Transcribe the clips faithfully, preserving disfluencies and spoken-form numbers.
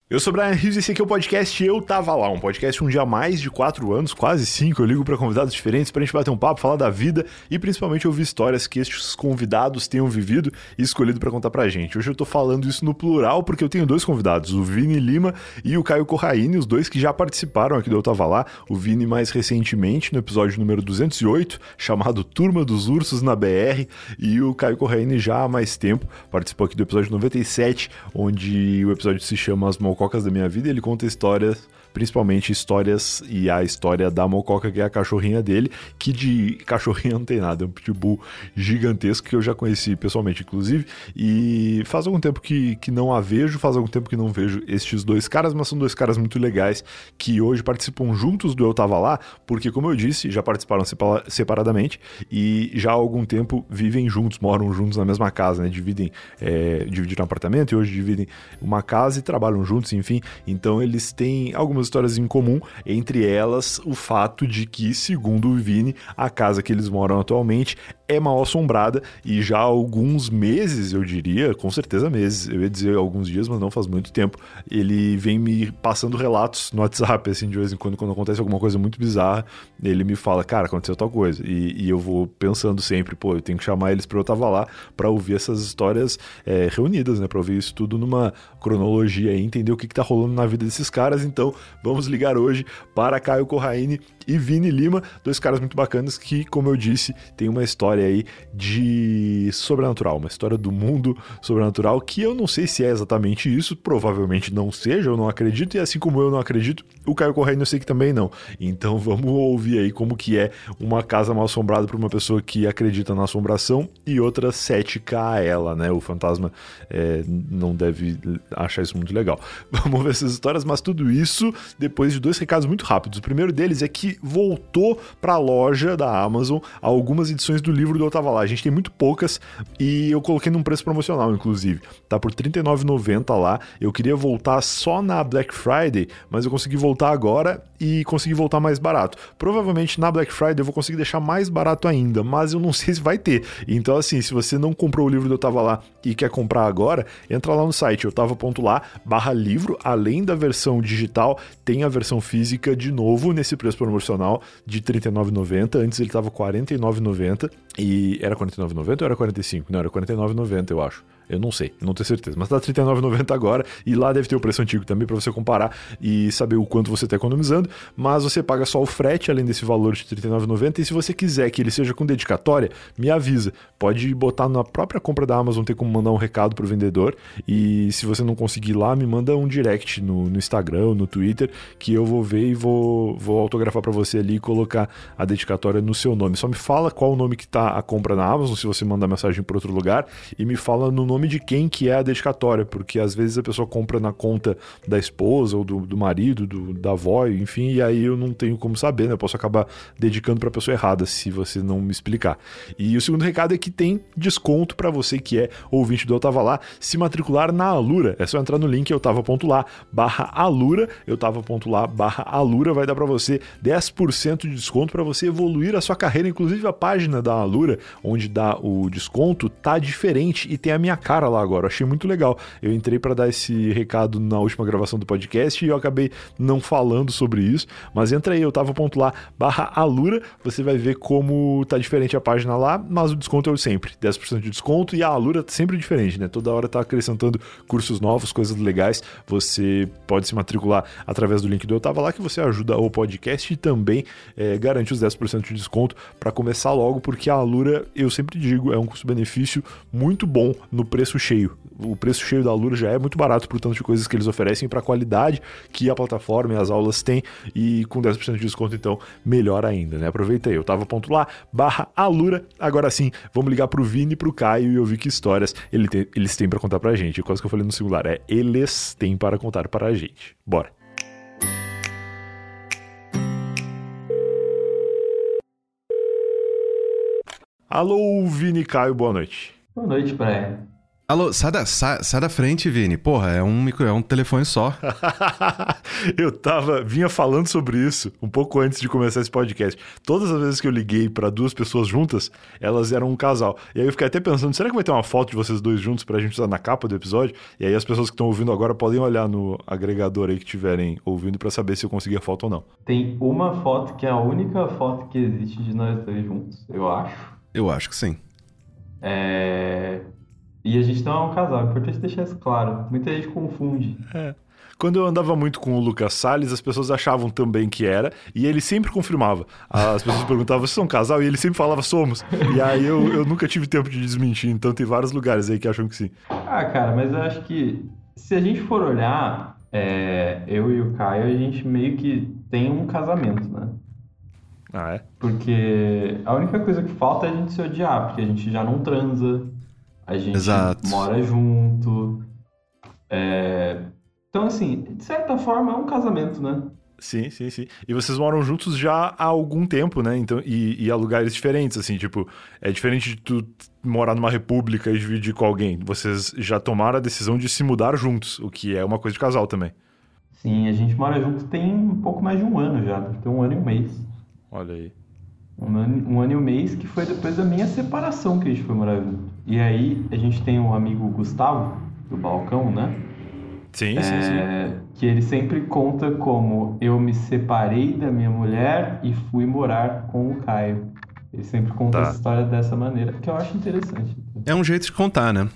Eu sou o Brian Rios e esse aqui é o podcast Eu Tava Lá, um podcast um dia há mais de quatro anos, quase cinco, eu ligo para convidados diferentes pra gente bater um papo, falar da vida e principalmente ouvir histórias que estes convidados tenham vivido e escolhido pra contar pra gente. Hoje eu tô falando isso no plural porque eu tenho dois convidados, o Vini Lima e o Caio Corraine, os dois que já participaram aqui do Eu Tava Lá, o Vini mais recentemente no episódio número duzentos e oito, chamado Turma dos Ursos na B R, e o Caio Corraine já há mais tempo, participou aqui do episódio noventa e sete, onde o episódio se chama As Mococas da Minha Vida, e ele conta histórias, principalmente histórias e a história da Mococa, que é a cachorrinha dele, que de cachorrinha não tem nada, é um pitbull gigantesco que eu já conheci pessoalmente, inclusive, e faz algum tempo que, que não a vejo, faz algum tempo que não vejo estes dois caras, mas são dois caras muito legais que hoje participam juntos do Eu Tava Lá, porque, como eu disse, já participaram separa- separadamente e já há algum tempo vivem juntos, moram juntos na mesma casa, né? Dividem, é, dividiram um apartamento e hoje dividem uma casa e trabalham juntos, enfim, então eles têm algumas histórias em comum, entre elas o fato de que, segundo o Vini, a casa que eles moram atualmente é mal assombrada e já há alguns meses, eu diria, com certeza meses, eu ia dizer alguns dias, mas não faz muito tempo, ele vem me passando relatos no WhatsApp, assim, de vez em quando, quando acontece alguma coisa muito bizarra, ele me fala, cara, aconteceu tal coisa, e, e eu vou pensando sempre, pô, eu tenho que chamar eles pra Eu Tava Lá pra ouvir essas histórias é, reunidas, né, pra ouvir isso tudo numa cronologia e entender o que que tá rolando na vida desses caras. Então vamos ligar hoje para Caio Corraine e Vini Lima, dois caras muito bacanas que, como eu disse, tem uma história aí de sobrenatural, uma história do mundo sobrenatural que eu não sei se é exatamente isso, provavelmente não seja, eu não acredito, e assim como eu não acredito, o Caio Corraine eu sei que também não. Então vamos ouvir aí como que é uma casa mal assombrada por uma pessoa que acredita na assombração e outra cética a ela, né? O fantasma é, não deve achar isso muito legal. Vamos ver essas histórias, mas tudo isso depois de dois recados muito rápidos. O primeiro deles é que voltou para a loja da Amazon algumas edições do livro do Eu Tava Lá. A gente tem muito poucas e eu coloquei num preço promocional, inclusive. Tá por trinta e nove reais e noventa centavos lá. Eu queria voltar só na Black Friday, mas eu consegui voltar agora e consegui voltar mais barato. Provavelmente na Black Friday eu vou conseguir deixar mais barato ainda, mas eu não sei se vai ter. Então, assim, se você não comprou o livro do Eu Tava Lá e quer comprar agora, entra lá no site eu tava ponto lá barra livro. Além da versão digital, tem a versão física de novo nesse preço promocional de trinta e nove reais e noventa centavos. Antes ele tava quarenta e nove reais e noventa centavos e era quarenta e nove reais e noventa centavos ou era quarenta e cinco reais? Não, era quarenta e nove reais e noventa centavos, eu acho. Eu não sei, não tenho certeza, mas tá trinta e nove reais e noventa centavos agora, e lá deve ter o preço antigo também para você comparar e saber o quanto você tá economizando, mas você paga só o frete além desse valor de trinta e nove reais e noventa centavos, e se você quiser que ele seja com dedicatória, me avisa, pode botar na própria compra da Amazon, ter como mandar um recado pro vendedor, e se você não conseguir lá, me manda um direct no, no Instagram ou no Twitter, que eu vou ver e vou, vou autografar para você ali e colocar a dedicatória no seu nome. Só me fala qual o nome que tá a compra na Amazon, se você mandar mensagem para outro lugar, e me fala no nome de quem que é a dedicatória, porque às vezes a pessoa compra na conta da esposa ou do, do marido, do, da avó, enfim, e aí eu não tenho como saber, né? Eu posso acabar dedicando pra pessoa errada se você não me explicar. E o segundo recado é que tem desconto pra você que é ouvinte do Eu Tava Lá, se matricular na Alura. É só entrar no link eu tava ponto lá barra Alura, eu tava ponto lá barra Alura, vai dar pra você dez por cento de desconto pra você evoluir a sua carreira. Inclusive a página da Alura, onde dá o desconto, tá diferente e tem a minha cara lá agora. Eu achei muito legal. Eu entrei para dar esse recado na última gravação do podcast e eu acabei não falando sobre isso, mas entra aí, eu tava ponto lá barra Alura, você vai ver como tá diferente a página lá, mas o desconto é o sempre, dez por cento de desconto, e a Alura tá sempre diferente, né? Toda hora tá acrescentando cursos novos, coisas legais. Você pode se matricular através do link do Eu Tava Lá, que você ajuda o podcast e também é, garante os dez por cento de desconto para começar logo, porque a Alura, eu sempre digo, é um custo-benefício muito bom no preço cheio. O preço cheio da Alura já é muito barato por tanto de coisas que eles oferecem, para a qualidade que a plataforma e as aulas têm, e com dez por cento de desconto, então, melhor ainda, né? Aproveita aí, eu tava ponto lá, barra Alura. Agora sim, vamos ligar pro Vini e pro Caio e ouvir que histórias ele tem, eles têm para contar pra gente. Quase que eu falei no singular, é eles têm para contar para a gente. Bora! Alô, Vini e Caio, boa noite. Boa noite, Brian. Alô, sai da, sai, sai da frente, Vini. Porra, é um, micro, é um telefone só. Eu tava, vinha falando sobre isso um pouco antes de começar esse podcast. Todas as vezes que eu liguei pra duas pessoas juntas, elas eram um casal. E aí eu fiquei até pensando, será que vai ter uma foto de vocês dois juntos pra gente usar na capa do episódio? E aí as pessoas que estão ouvindo agora podem olhar no agregador aí que estiverem ouvindo pra saber se eu consegui a foto ou não. Tem uma foto que é a única foto que existe de nós dois juntos, eu acho. Eu acho que sim. É... E a gente não é um casal, é importante deixar isso claro. Muita gente confunde. É. Quando eu andava muito com o Lucas Salles, as pessoas achavam também que era, e ele sempre confirmava. As pessoas perguntavam, vocês são um casal? E ele sempre falava, somos. E aí eu, eu nunca tive tempo de desmentir, então tem vários lugares aí que acham que sim. Ah, cara, mas eu acho que se a gente for olhar, é, eu e o Caio, a gente meio que tem um casamento, né? Ah, é? Porque a única coisa que falta é a gente se odiar, porque a gente já não transa. A gente Exato. mora junto. É... Então, assim, de certa forma é um casamento, né? Sim, sim, sim. E vocês moram juntos já há algum tempo, né? Então, e, e a lugares diferentes, assim, tipo, é diferente de tu morar numa república e dividir com alguém. Vocês já tomaram a decisão de se mudar juntos, o que é uma coisa de casal também. Sim, a gente mora junto tem um pouco mais de um ano já, tem um ano e um mês. Olha aí. Um ano, um ano e um mês que foi depois da minha separação que a gente foi morar junto. E aí a gente tem um amigo Gustavo, do Balcão, né? Sim, é, sim, sim. Que ele sempre conta como eu me separei da minha mulher e fui morar com o Caio. Ele sempre conta Tá. essa história dessa maneira, que eu acho interessante. É um jeito de contar, né?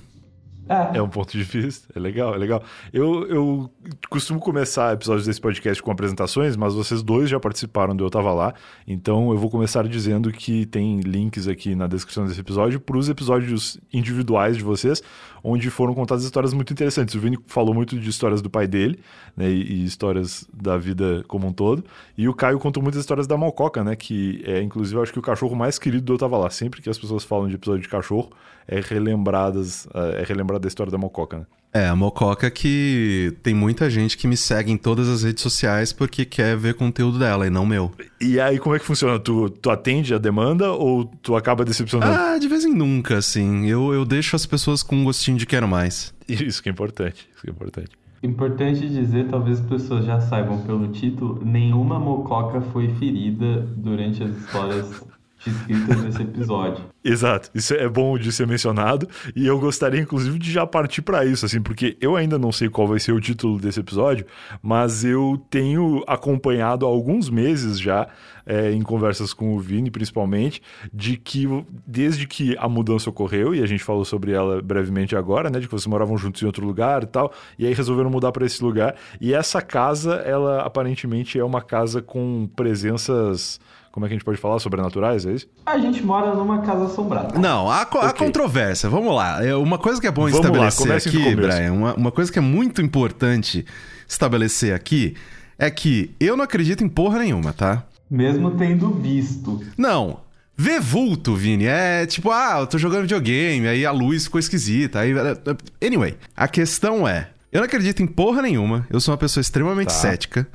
É, É um ponto de vista, é legal, é legal. Eu, eu costumo começar episódios desse podcast com apresentações, mas vocês dois já participaram do Eu Tava Lá, então eu vou começar dizendo que tem links aqui na descrição desse episódio para os episódios individuais de vocês, onde foram contadas histórias muito interessantes. O Vini falou muito de histórias do pai dele, né, e, e histórias da vida como um todo, e o Caio contou muitas histórias da Mococa, né, que é, inclusive, eu acho que o cachorro mais querido do Eu Tava Lá. Sempre que as pessoas falam de episódio de cachorro, é relembradas, é relembrada da história da Mococa, né? É, a Mococa que tem muita gente que me segue em todas as redes sociais porque quer ver conteúdo dela e não meu. E aí, como é que funciona? Tu, tu atende a demanda ou tu acaba decepcionando? Ah, de vez em nunca, assim. Eu, eu deixo as pessoas com um gostinho de quero mais. Isso que é importante, isso que é importante. importante dizer, talvez as pessoas já saibam pelo título, nenhuma mococa foi ferida durante as histórias escritas nesse episódio. Exato, isso é bom de ser mencionado e eu gostaria inclusive de já partir para isso, assim, porque eu ainda não sei qual vai ser o título desse episódio, mas eu tenho acompanhado há alguns meses já, é, em conversas com o Vini principalmente, de que desde que a mudança ocorreu, e a gente falou sobre ela brevemente agora, né, de que vocês moravam juntos em outro lugar e tal, e aí resolveram mudar para esse lugar, e essa casa, ela aparentemente é uma casa com presenças... Como é que a gente pode falar? Sobrenaturais, é isso? A gente mora numa casa assombrada. Não, há, okay. há controvérsia. Vamos lá. Uma coisa que é bom Vamos estabelecer lá, aqui, Brian, uma, uma coisa que é muito importante estabelecer aqui é que eu não acredito em porra nenhuma, tá? Mesmo tendo visto. Não. Ver vulto, Vini, é tipo, ah, eu tô jogando videogame, aí a luz ficou esquisita. Aí... Anyway, a questão é, eu não acredito em porra nenhuma, eu sou uma pessoa extremamente tá. cética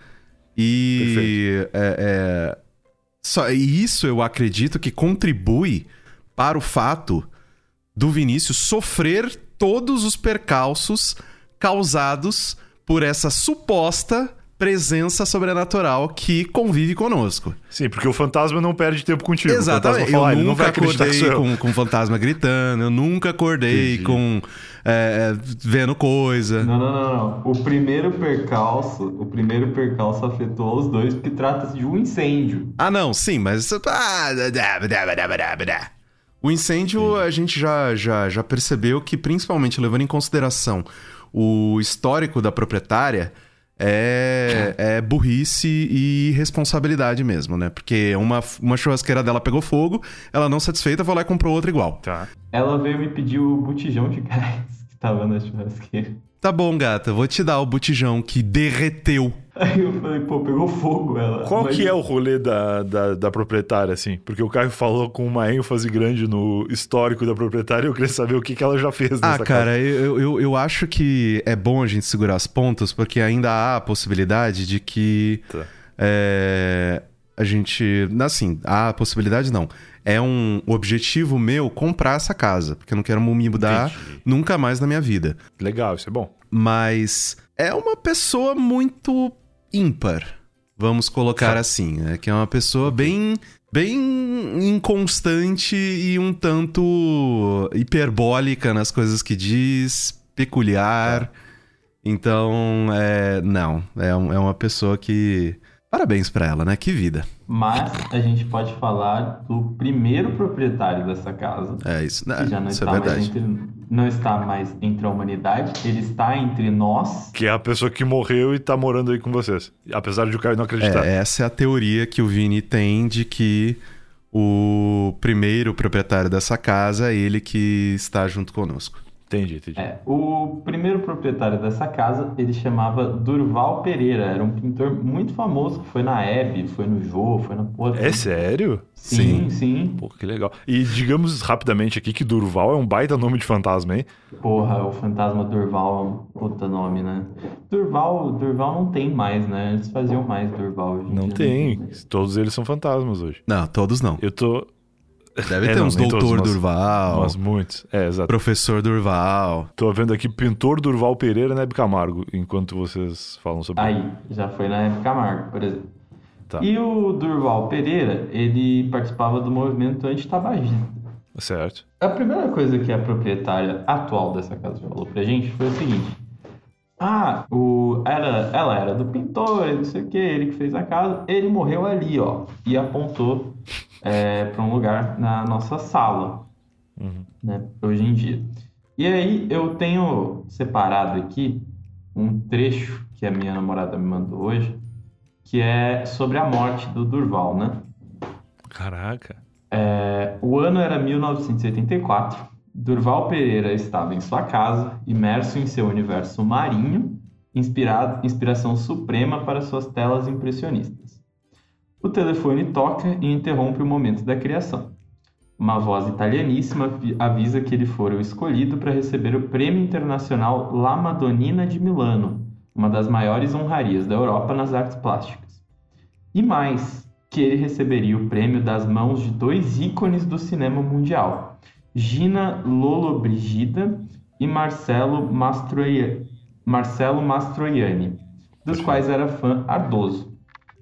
e... é, é... Só, e isso eu acredito que contribui para o fato do Vinícius sofrer todos os percalços causados por essa suposta presença sobrenatural que convive conosco. Sim, porque o fantasma não perde tempo contigo. Exatamente. Fala, eu ah, nunca acordei com, com o fantasma gritando, eu nunca acordei Entendi. com é, vendo coisa. Não, não, não, não. O primeiro percalço, o primeiro percalço afetou os dois porque trata-se de um incêndio. Ah, não, sim, mas... O incêndio sim. a gente já, já, já percebeu que, principalmente levando em consideração o histórico da proprietária... É, é burrice e irresponsabilidade mesmo, né? Porque uma, uma churrasqueira dela pegou fogo, ela não satisfeita, foi lá e comprou outra igual. Tá. Ela veio me pedir o botijão de gás que tava na churrasqueira. Tá bom, gata, vou te dar o botijão que derreteu. Aí eu falei, pô, pegou fogo ela. Qual Mas... que é o rolê da, da, da proprietária, assim? Porque o Caio falou com uma ênfase grande no histórico da proprietária e eu queria saber o que, que ela já fez nessa Ah, cara, eu, eu, eu acho que é bom a gente segurar as pontas, porque ainda há a possibilidade de que... Tá. É... a gente... Assim, a possibilidade não. É um objetivo meu comprar essa casa, porque eu não quero me mudar Entendi. nunca mais na minha vida. Legal, isso é bom. Mas é uma pessoa muito ímpar, vamos colocar Sim. assim, né? Que é uma pessoa bem... bem inconstante e um tanto hiperbólica nas coisas que diz, peculiar. Tá. Então, é, não, é, um, é uma pessoa que... Parabéns pra ela, né? Que vida. Mas a gente pode falar do primeiro proprietário dessa casa. É isso, né? Que já não, isso está é mais verdade. entre, não está mais entre a humanidade, ele está entre nós. Que é a pessoa que morreu e tá morando aí com vocês. Apesar de o cara não acreditar. É, essa é a teoria que o Vini tem de que o primeiro proprietário dessa casa é ele que está junto conosco. Entendi, entendi. É, o primeiro proprietário dessa casa, ele chamava Durval Pereira. Era um pintor muito famoso, que foi na Hebe, foi no Jô, foi na porra. É sério? Sim, sim, sim. Pô, que legal. E digamos rapidamente aqui que Durval é um baita nome de fantasma, hein? Porra, o fantasma Durval é um puta nome, né? Durval, Durval não tem mais, né? Eles faziam mais Durval hoje em Não dia, tem. Né? Todos eles são fantasmas hoje. Não, todos não. Eu tô... Deve é, ter não, uns nem doutor todos, mas, Durval. Mas muitos. É, exato. Professor Durval. Tô vendo aqui pintor Durval Pereira na Hebe Camargo, enquanto vocês falam sobre Aí, já foi na Hebe Camargo, por exemplo. Tá. E o Durval Pereira, ele participava do movimento antitabagista. Certo. A primeira coisa que a proprietária atual dessa casa falou pra gente foi o seguinte. Ah, o, era, ela era do pintor, não sei o que, ele que fez a casa. Ele morreu ali, ó. E apontou é, pra um lugar na nossa sala, Uhum. né, hoje em dia. E aí eu tenho separado aqui um trecho que a minha namorada me mandou hoje, que é sobre a morte do Durval, né? Caraca. É, o ano era mil novecentos e oitenta e quatro. Durval Pereira estava em sua casa, imerso em seu universo marinho, inspirado, inspiração suprema para suas telas impressionistas. O telefone toca e interrompe o momento da criação. Uma voz italianíssima avisa que ele fora o escolhido para receber o Prêmio Internacional La Madonnina de Milano, uma das maiores honrarias da Europa nas artes plásticas. E mais, que ele receberia o prêmio das mãos de dois ícones do cinema mundial, Gina Lollobrigida e Marcello Mastroianni, Marcello Mastroianni, dos quais era fã ardoso.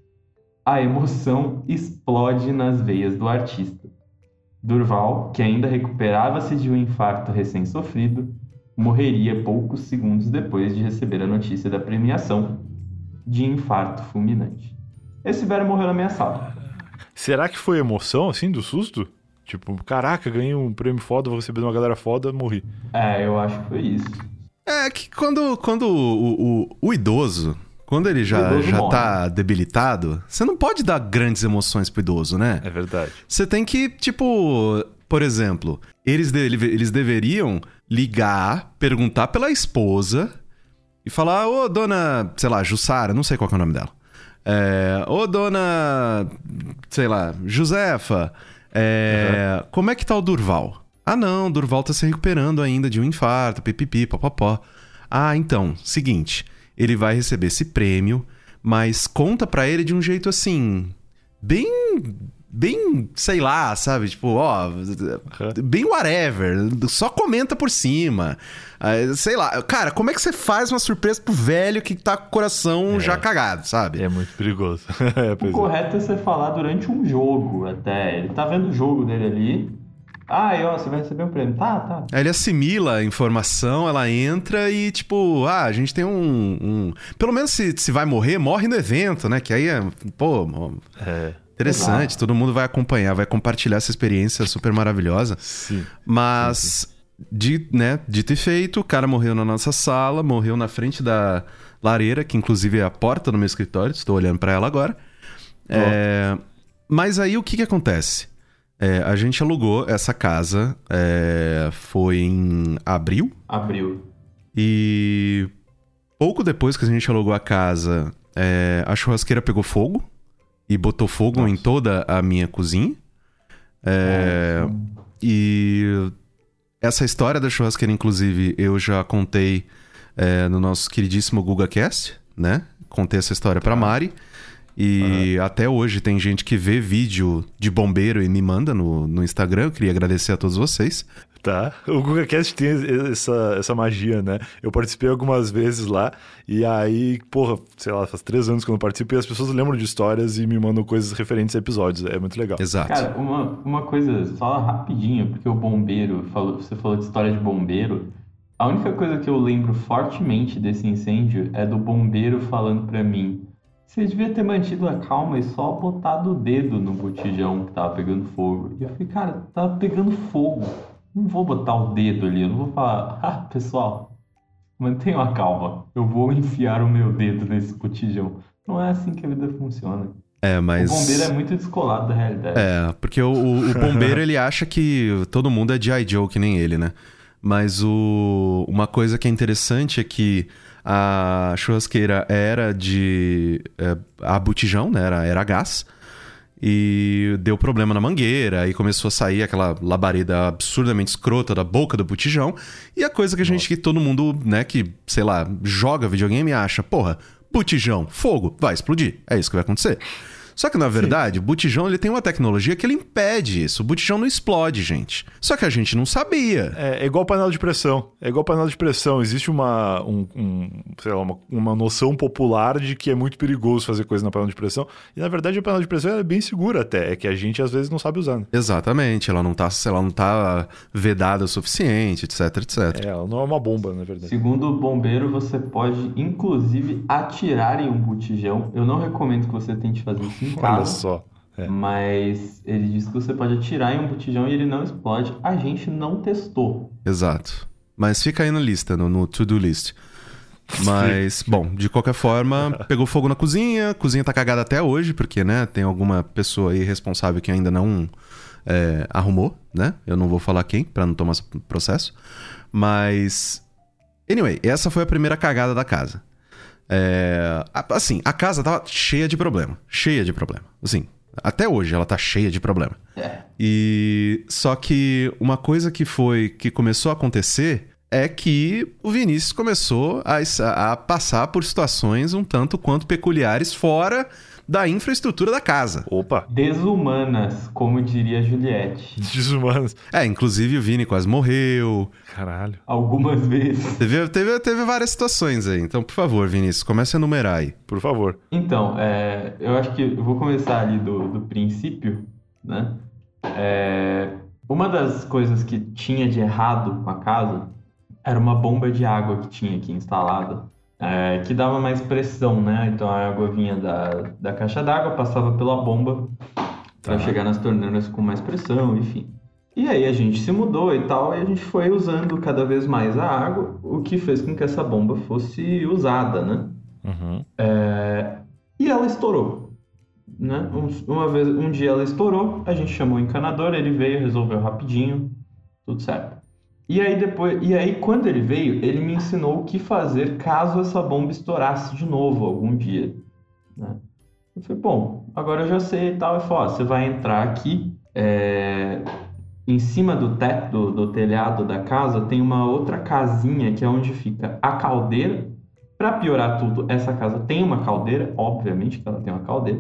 A emoção explode nas veias do artista. Durval, que ainda recuperava-se de um infarto recém-sofrido, morreria poucos segundos depois de receber a notícia da premiação de infarto fulminante. Esse velho morreu na minha sala. Será que foi emoção, assim, do susto? Tipo, caraca, ganhei um prêmio foda, vou receber de uma galera foda, morri. É, eu acho que foi isso. É que quando, quando o, o, o idoso, quando ele já, já tá debilitado, você não pode dar grandes emoções pro idoso, né? É verdade. Você tem que, tipo, por exemplo, eles, de, eles deveriam ligar, perguntar pela esposa e falar, ô dona, sei lá, Jussara, não sei qual que é o nome dela. É, ô dona, sei lá, Josefa, é, uhum. como é que tá o Durval? Ah não, o Durval tá se recuperando ainda de um infarto, pipipi, popopó. Ah, então, seguinte, ele vai receber esse prêmio, mas conta pra ele de um jeito assim, bem, bem, sei lá, sabe? Tipo, ó, bem whatever, só comenta por cima. Sei lá, cara, como é que você faz uma surpresa pro velho que tá com o coração é. já cagado, sabe? É muito perigoso. O correto é você falar durante um jogo até. Ele tá vendo o jogo dele ali. Ah, e ó, você vai receber um prêmio. Tá, tá. Aí ele assimila a informação, ela entra e tipo, ah, a gente tem um... um... Pelo menos se, se vai morrer, morre no evento, né? Que aí é, pô... É... Interessante, Exato. Todo mundo vai acompanhar, vai compartilhar essa experiência super maravilhosa. Sim. Mas, sim, sim. De, né, dito e feito, o cara morreu na nossa sala, morreu na frente da lareira, que inclusive é a porta do meu escritório, estou olhando para ela agora. Oh. É, mas aí o que que acontece? É, a gente alugou essa casa, é, foi em abril. Abril. E pouco depois que a gente alugou a casa, é, a churrasqueira pegou fogo. E botou fogo Nossa. em toda a minha cozinha. É, é. E essa história da churrasqueira, inclusive, eu já contei é, no nosso queridíssimo GugaCast, né? Contei essa história pra Mari. E uhum. até hoje tem gente que vê vídeo de bombeiro e me manda no, no Instagram. Eu queria agradecer a todos vocês. Tá, o GugaCast tem essa, essa magia, né? Eu participei algumas vezes lá e aí, porra, sei lá, faz três anos que eu não participo e as pessoas lembram de histórias e me mandam coisas referentes a episódios. É muito legal. Exato. Cara, uma, uma coisa só rapidinho, porque o bombeiro, falou, você falou de história de bombeiro, a única coisa que eu lembro fortemente desse incêndio é do bombeiro falando pra mim: você devia ter mantido a calma e só botado o dedo no botijão que tava pegando fogo. E eu falei, cara, tava pegando fogo. Não vou botar o dedo ali, eu não vou falar, ah, pessoal, mantenham a calma, eu vou enfiar o meu dedo nesse botijão. Não é assim que a vida funciona. É, mas... O bombeiro é muito descolado da realidade. É, porque o, o, o bombeiro, ele acha que todo mundo é G I. Joe, que nem ele, né? Mas o... uma coisa que é interessante é que a churrasqueira era de... É, a botijão, né? Era, era gás. E deu problema na mangueira, aí começou a sair aquela labareda absurdamente escrota da boca do botijão. E a coisa que a gente, Nossa. que todo mundo, né, que, sei lá, joga videogame acha, porra, botijão, fogo, vai explodir. É isso que vai acontecer. Só que, na verdade, Sim. o botijão ele tem uma tecnologia que ele impede isso. O botijão não explode, gente. Só que a gente não sabia. É, é igual panela de pressão. É igual panela de pressão. Existe uma, um, um, sei lá, uma, uma noção popular de que é muito perigoso fazer coisa na panela de pressão. E, na verdade, a panela de pressão é bem segura até. É que a gente, às vezes, não sabe usar. Né? Exatamente. Ela não tá, ela não tá vedada o suficiente, etc, etcétera. É, ela não é uma bomba, na verdade. Segundo o bombeiro, você pode, inclusive, atirar em um botijão. Eu não recomendo que você tente fazer isso. Olha só. É. Mas ele diz que você pode atirar em um botijão e ele não explode. A gente não testou. Exato. Mas fica aí na lista, no, no to-do list. Mas, bom, de qualquer forma, pegou fogo na cozinha. A cozinha tá cagada até hoje, porque, né, tem alguma pessoa aí responsável que ainda não é, arrumou, né? Eu não vou falar quem, pra não tomar processo. Mas, anyway, essa foi a primeira cagada da casa. É, assim, a casa tava cheia de problema. Cheia de problema. Assim, até hoje ela tá cheia de problema. É. E só que uma coisa que foi que começou a acontecer é que o Vinícius começou a, a passar por situações um tanto quanto peculiares fora da infraestrutura da casa. Opa! Desumanas, como diria Juliette. Desumanas. É, inclusive o Vini quase morreu. Caralho. Algumas vezes. Teve, teve, teve várias situações aí. Então, por favor, Vinícius, comece a enumerar aí. Por favor. Então, é, eu acho que eu vou começar ali do, do princípio, né? É, uma das coisas que tinha de errado com a casa era uma bomba de água que tinha aqui instalada. É, que dava mais pressão, né? Então a água vinha da, da caixa d'água, passava pela bomba para tá. chegar nas torneiras com mais pressão, enfim. E aí a gente se mudou e tal, e a gente foi usando cada vez mais a água, o que fez com que essa bomba fosse usada, né? Uhum. É, e ela estourou, né? Um, uma vez, um dia ela estourou, a gente chamou o encanador, ele veio, resolveu rapidinho, tudo certo. E aí, depois, e aí, quando ele veio, ele me ensinou o que fazer caso essa bomba estourasse de novo algum dia, né? Eu falei, bom, agora eu já sei e tal. Eu falei, ó, você vai entrar aqui, é, em cima do teto, do, do telhado da casa, tem uma outra casinha que é onde fica a caldeira. Para piorar tudo, essa casa tem uma caldeira, obviamente que ela tem uma caldeira,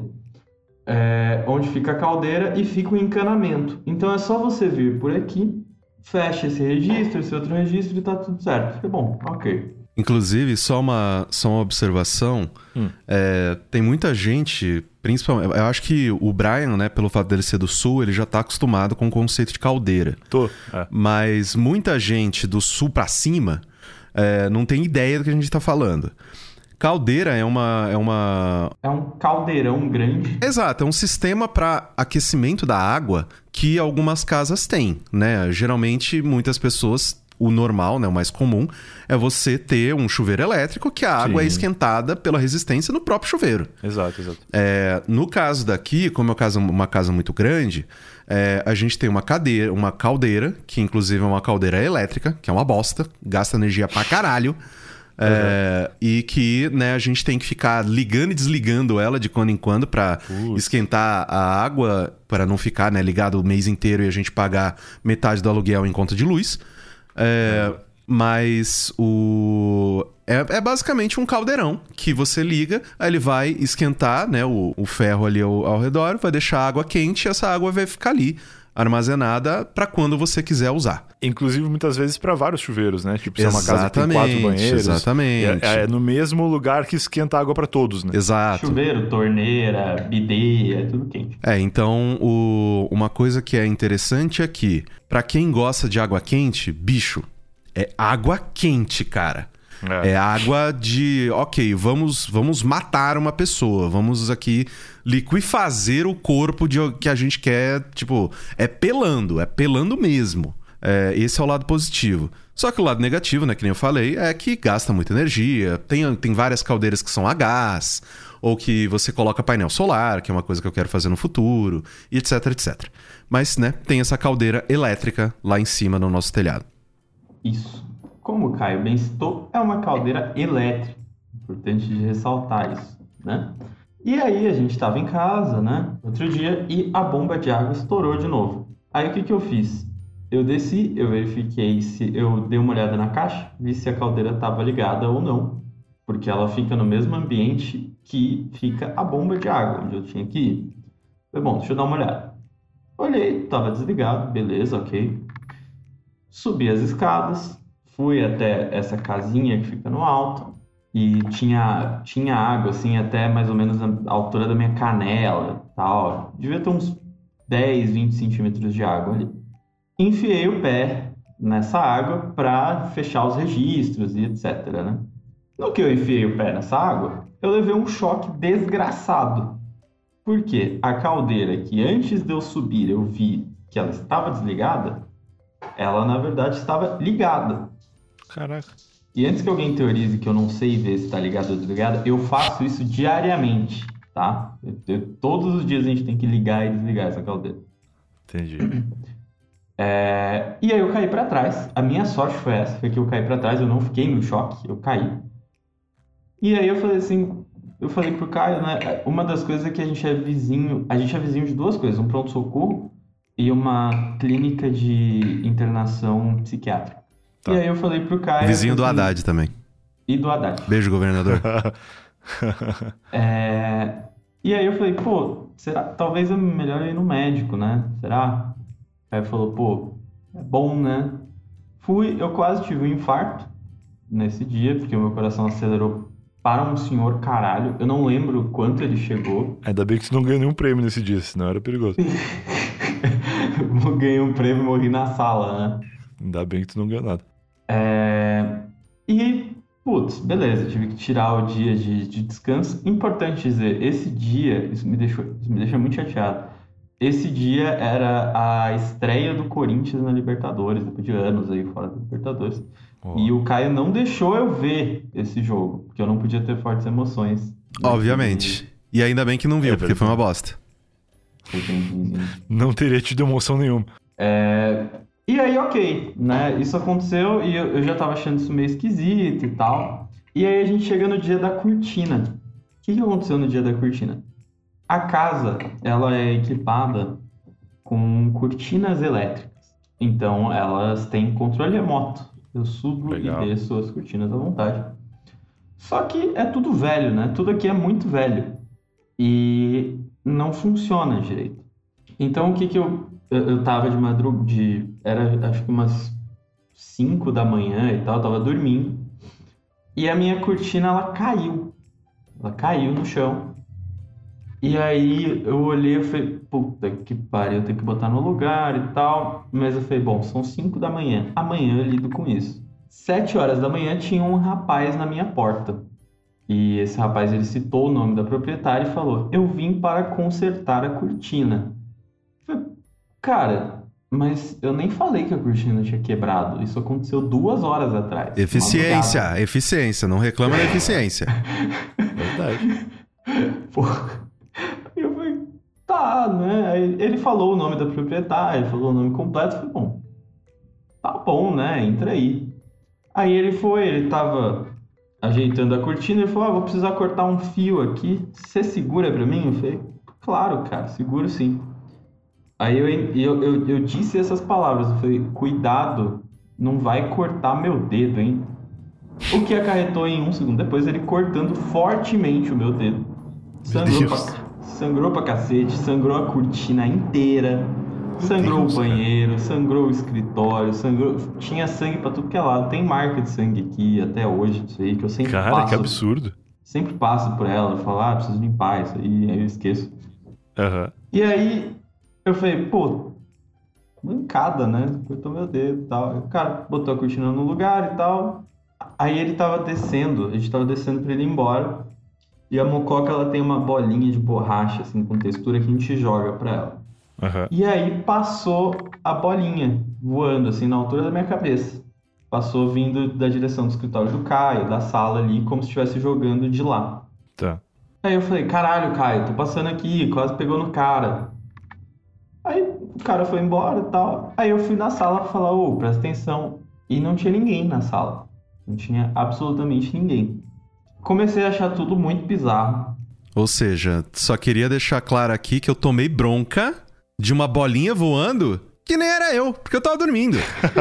é, onde fica a caldeira e fica o encanamento. Então é só você vir por aqui, fecha esse registro, esse outro registro e tá tudo certo. Fica bom, ok. Inclusive, só uma, só uma observação. Hum. É, tem muita gente, principalmente... Eu acho que o Brian, né, pelo fato dele ser do Sul, ele já tá acostumado com o conceito de caldeira. Tô. É. Mas muita gente do Sul pra cima é, não tem ideia do que a gente tá falando. Caldeira é uma, é uma... É um caldeirão grande. Exato, é um sistema para aquecimento da água que algumas casas têm, né? Geralmente, muitas pessoas, o normal, né, o mais comum, é você ter um chuveiro elétrico que a água Sim. é esquentada pela resistência no próprio chuveiro. Exato, exato. É, no caso daqui, como é uma casa muito grande, é, a gente tem uma, cadeira, uma caldeira, que inclusive é uma caldeira elétrica, que é uma bosta, gasta energia pra caralho. É, uhum. E que, né, a gente tem que ficar ligando e desligando ela de quando em quando para esquentar a água, para não ficar, né, ligado o mês inteiro e a gente pagar metade do aluguel em conta de luz. É, uhum. Mas o... É, é basicamente um caldeirão que você liga, aí ele vai esquentar, né, o, o ferro ali ao, ao redor, vai deixar a água quente e essa água vai ficar ali armazenada para quando você quiser usar. Inclusive, muitas vezes, para vários chuveiros, né? Tipo, se é uma casa que tem quatro banheiros. Exatamente. É, é no mesmo lugar que esquenta água para todos, né? Exato. Chuveiro, torneira, bidê, é tudo quente. É, então, o, uma coisa que é interessante é que, para quem gosta de água quente, bicho, é água quente, cara. É. é água de, ok, vamos, vamos matar uma pessoa, vamos aqui liquefazer o corpo de, que a gente quer, tipo, é pelando, é pelando mesmo. É, esse é o lado positivo. Só que o lado negativo, né, que nem eu falei, é que gasta muita energia, tem, tem várias caldeiras que são a gás, ou que você coloca painel solar, que é uma coisa que eu quero fazer no futuro, e etc, etcétera. Mas, né, tem essa caldeira elétrica lá em cima no nosso telhado. Isso. Como o Caio bem citou, é uma caldeira elétrica. Importante de ressaltar isso, né? E aí a gente estava em casa, né? Outro dia, e a bomba de água estourou de novo. Aí o que que eu fiz? Eu desci, eu verifiquei se... Eu dei uma olhada na caixa, vi se a caldeira estava ligada ou não. Porque ela fica no mesmo ambiente que fica a bomba de água, onde eu tinha que ir. Falei, bom, deixa eu dar uma olhada. Olhei, estava desligado, beleza, ok. Subi as escadas. Fui até essa casinha que fica no alto e tinha, tinha água, assim, até mais ou menos a altura da minha canela e tal. Devia ter uns dez, vinte centímetros de água ali. Enfiei o pé nessa água para fechar os registros e etcétera, né? No que eu enfiei o pé nessa água, eu levei um choque desgraçado. Por quê? A caldeira que antes de eu subir eu vi que ela estava desligada, ela na verdade estava ligada. Caraca. E antes que alguém teorize que eu não sei ver se está ligado ou desligado, eu faço isso diariamente, tá? Eu, eu, todos os dias a gente tem que ligar e desligar essa caldeira. Entendi. É, e aí eu caí para trás. A minha sorte foi essa, foi que eu caí para trás, eu não fiquei no choque, eu caí. E aí eu falei assim, eu falei pro Caio, né? Uma das coisas é que a gente é vizinho, a gente é vizinho de duas coisas, um pronto-socorro e uma clínica de internação psiquiátrica. Tá. E aí eu falei pro Caio... Vizinho do assim, Haddad também. E do Haddad. Beijo, governador. é... E aí eu falei, pô, será? Talvez é melhor ir no médico, né? Será? Aí ele falou, pô, é bom, né? Fui, eu quase tive um infarto nesse dia, porque o meu coração acelerou para um senhor caralho. Eu não lembro quanto ele chegou. Ainda bem que você não ganhou nenhum prêmio nesse dia, senão era perigoso. Eu ganhei um prêmio e morri na sala, né? Ainda bem que tu não ganhou nada. É... E, putz, beleza, tive que tirar o dia de, de descanso. Importante dizer, esse dia, isso me, deixou, isso me deixa muito chateado. Esse dia era a estreia do Corinthians na Libertadores, depois de anos aí fora da Libertadores. Oh. E o Caio não deixou eu ver esse jogo, porque eu não podia ter fortes emoções. Obviamente. E ainda bem que não viu, é, porque foi uma bosta. Não teria tido emoção nenhuma. É... E aí, ok, né? Isso aconteceu e eu, eu já tava achando isso meio esquisito e tal. E aí a gente chega no dia da cortina. O que, que aconteceu no dia da cortina? A casa, ela é equipada com cortinas elétricas. Então, elas têm controle remoto. Eu subo Legal. e desço as cortinas à vontade. Só que é tudo velho, né? Tudo aqui é muito velho. E não funciona direito. Então, o que que eu... Eu, eu tava de madrugada, de, era acho que umas cinco da manhã e tal, eu tava dormindo. E a minha cortina, ela caiu. Ela caiu no chão. E aí eu olhei e falei, puta que pariu, eu tenho que botar no lugar e tal. Mas eu falei, bom, são cinco da manhã. Amanhã eu lido com isso. Sete horas da manhã tinha um rapaz na minha porta. E esse rapaz, ele citou o nome da proprietária e falou, eu vim para consertar a cortina. Eu falei, cara, mas eu nem falei que a cortina tinha quebrado. Isso aconteceu duas horas atrás. Eficiência, eficiência. Não reclama da eficiência. Verdade. Porra. Eu falei, tá, né? Aí ele falou o nome da proprietária, ele falou o nome completo. Eu falei, bom, tá bom, né? Entra aí. Aí ele foi, ele tava ajeitando a cortina. Ele falou, ah, vou precisar cortar um fio aqui. Você segura pra mim? Eu falei, claro, cara, seguro sim. Aí eu, eu, eu, eu disse essas palavras, eu falei, cuidado, não vai cortar meu dedo, hein? O que acarretou em um segundo depois ele cortando fortemente o meu dedo. Sangrou, Meu pra, Deus. sangrou pra cacete, sangrou a cortina inteira, sangrou Deus, o banheiro, sangrou o escritório, sangrou. Tinha sangue pra tudo que é lado. Tem marca de sangue aqui até hoje, isso aí, que eu sempre Cara, passo. que absurdo. Sempre passo por ela, eu falo, ah, preciso limpar isso aí, aí eu esqueço. Aham. E aí eu falei, pô, mancada, né? Cortou meu dedo e tal. O cara botou a cortina no lugar e tal. Aí ele tava descendo, a gente tava descendo pra ele ir embora. E a mococa, ela tem uma bolinha de borracha, assim, com textura que a gente joga pra ela. Aham. E aí passou a bolinha voando, assim, na altura da minha cabeça. Passou vindo da direção do escritório do Caio, da sala ali, como se estivesse jogando de lá. Tá. Aí eu falei, caralho, Caio, tô passando aqui, quase pegou no cara. Aí o cara foi embora e tal. Aí eu fui na sala falar, ô, presta atenção. E não tinha ninguém na sala. Não tinha absolutamente ninguém. Comecei a achar tudo muito bizarro. Ou seja, só queria deixar claro aqui que eu tomei bronca de uma bolinha voando que nem era eu, porque eu tava dormindo.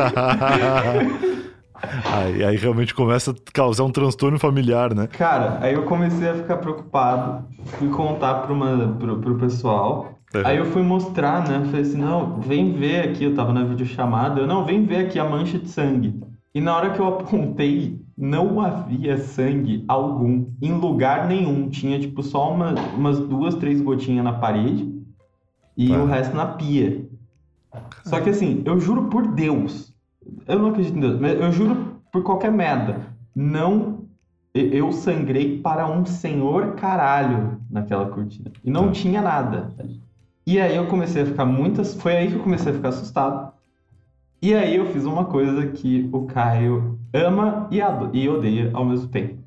aí, aí realmente começa a causar um transtorno familiar, né? Cara, aí eu comecei a ficar preocupado. Fui contar pro, uma, pro, pro pessoal. Uhum. Aí eu fui mostrar, né? Falei assim, não, vem ver aqui. Eu tava na videochamada. Eu, não, vem ver aqui a mancha de sangue. E na hora que eu apontei, não havia sangue algum. Em lugar nenhum. Tinha, tipo, só uma, umas duas, três gotinhas na parede. E Tá. o resto na pia. Só que assim, eu juro por Deus. Eu não acredito em Deus, mas eu juro por qualquer merda. Não... Eu sangrei para um senhor caralho naquela cortina. E não Tá. tinha nada. E aí eu comecei a ficar muitas... Foi aí que eu comecei a ficar assustado. E aí eu fiz uma coisa que o Caio ama e, ado- e odeia ao mesmo tempo.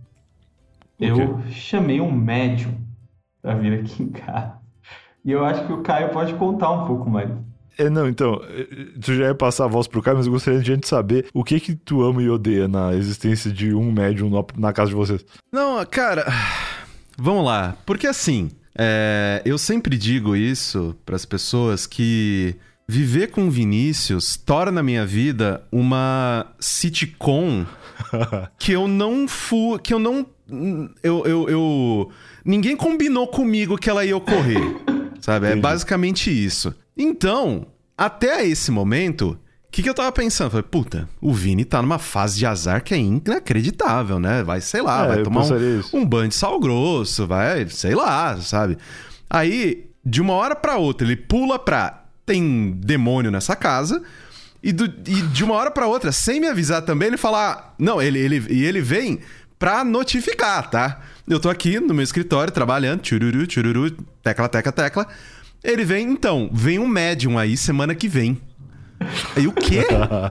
O Eu chamei um médium pra vir aqui em casa. E eu acho que o Caio pode contar um pouco mais. É, não, então, eh, tu já ia passar a voz pro Caio, mas eu gostaria de a gente saber o que que tu ama e odeia na existência de um médium no- na casa de vocês. Não, cara, vamos lá. Porque assim, é, eu sempre digo isso pras pessoas que viver com o Vinícius torna a minha vida uma sitcom que eu não fu, que eu não, eu, eu, eu ninguém combinou comigo que ela ia ocorrer, sabe? É Entendi. basicamente isso. Então, até esse momento, o que, que eu tava pensando? Falei, puta, o Vini tá numa fase de azar que é inacreditável, né? Vai, sei lá, É, vai eu tomar pensaria um, isso. um banho de sal grosso, vai, sei lá, sabe? Aí, de uma hora pra outra, ele pula pra... Tem demônio nessa casa. E, do- e de uma hora pra outra, sem me avisar também, ele fala... ah, Não, ele, ele, e ele vem pra notificar, tá? Eu tô aqui no meu escritório, trabalhando, tchururu, tchururu, tecla, tecla, tecla. Ele vem, então, vem um médium aí semana que vem. Aí o quê?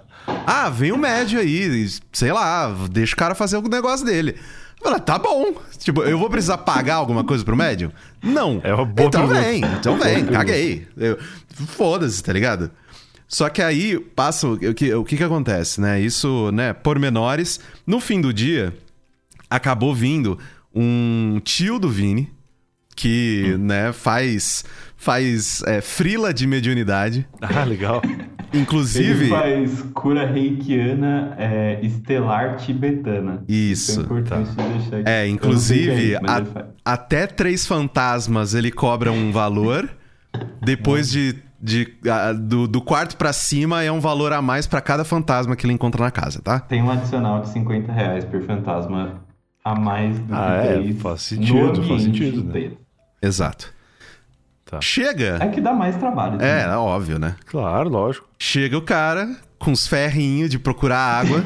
Ah, vem um médium aí, sei lá, deixa o cara fazer o negócio dele. Eu falei, tá bom. Tipo, eu vou precisar pagar alguma coisa pro médium? Não. É uma boa então pergunta. vem, então Boa vem, pergunta. caguei. Eu- Foda-se, tá ligado? Só que aí, passa, o que, o que que acontece, né? Isso, né, pormenores. No fim do dia, acabou vindo um tio do Vini, que, Hum. né, faz, faz é, frila de mediunidade. Ah, legal. Inclusive... Ele faz cura reikiana é, estelar tibetana. Isso, é importante deixar aqui. É, Eu não sei o que inclusive, é isso, mas a- ele faz. até três fantasmas ele cobra um valor. Depois de, de a- do, do quarto pra cima é um valor a mais pra cada fantasma que ele encontra na casa, tá? Tem um adicional de cinquenta reais por fantasma a mais do Ah, que é, três faz no sentido, faz ambiente sentido, né? inteiro. Exato. Tá. Chega. É que dá mais trabalho. É, né? é óbvio, né? Claro, lógico. Chega o cara com os ferrinhos de procurar água.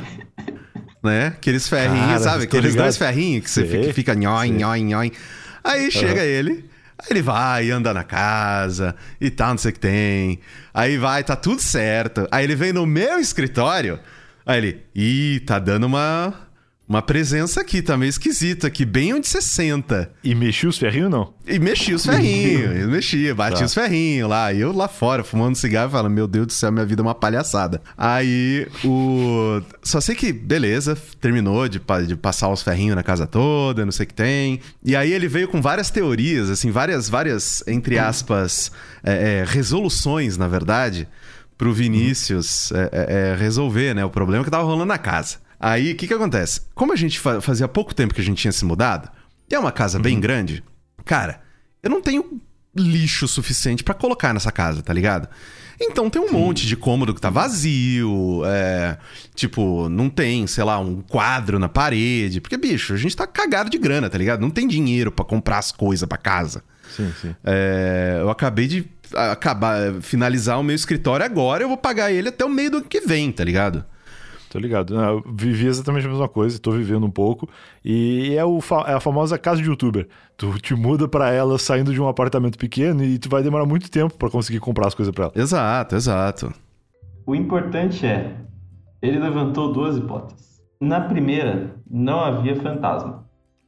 Né? Aqueles ferrinhos, Cara, sabe? tô Aqueles ligado. dois ferrinhos que você Sei, fica, fica nhói, sei. nhói, nhói. Aí chega ele, aí ele vai, anda na casa e tal, não sei o que tem. Aí vai, tá tudo certo. Aí ele vem no meu escritório, aí ele, ih, tá dando uma, uma presença aqui, tá meio esquisito aqui, bem onde você senta. E mexi os ferrinhos, não? E mexia os ferrinhos, eu mexia, batia Tá. os ferrinhos lá. E eu lá fora, fumando cigarro, falando, meu Deus do céu, minha vida é uma palhaçada. Aí, o... Só sei que, beleza, terminou de, pa- de passar os ferrinhos na casa toda, não sei o que tem. E aí ele veio com várias teorias, assim, várias, várias, entre aspas, é, é, resoluções, na verdade, pro Vinícius é, é, é, resolver, né, o problema que tava rolando na casa. Aí, o que que acontece? Como a gente fa- fazia pouco tempo que a gente tinha se mudado, e é uma casa bem grande, cara, eu não tenho lixo suficiente pra colocar nessa casa, tá ligado? Então tem um Sim. monte de cômodo que tá vazio, é, tipo, não tem, sei lá, um quadro na parede, porque, bicho, a gente tá cagado de grana, tá ligado? Não tem dinheiro pra comprar as coisas pra casa. Sim, sim. É, eu acabei de acabar, finalizar o meu escritório agora, eu vou pagar ele até o meio do ano que vem, tá ligado? Tô ligado. Não, eu vivi exatamente a mesma coisa, tô vivendo um pouco. E é, o fa- é a famosa casa de youtuber. Tu te muda pra ela saindo de um apartamento pequeno e tu vai demorar muito tempo pra conseguir comprar as coisas pra ela. Exato, exato. O importante é, ele levantou duas hipóteses. Na primeira, não havia fantasma.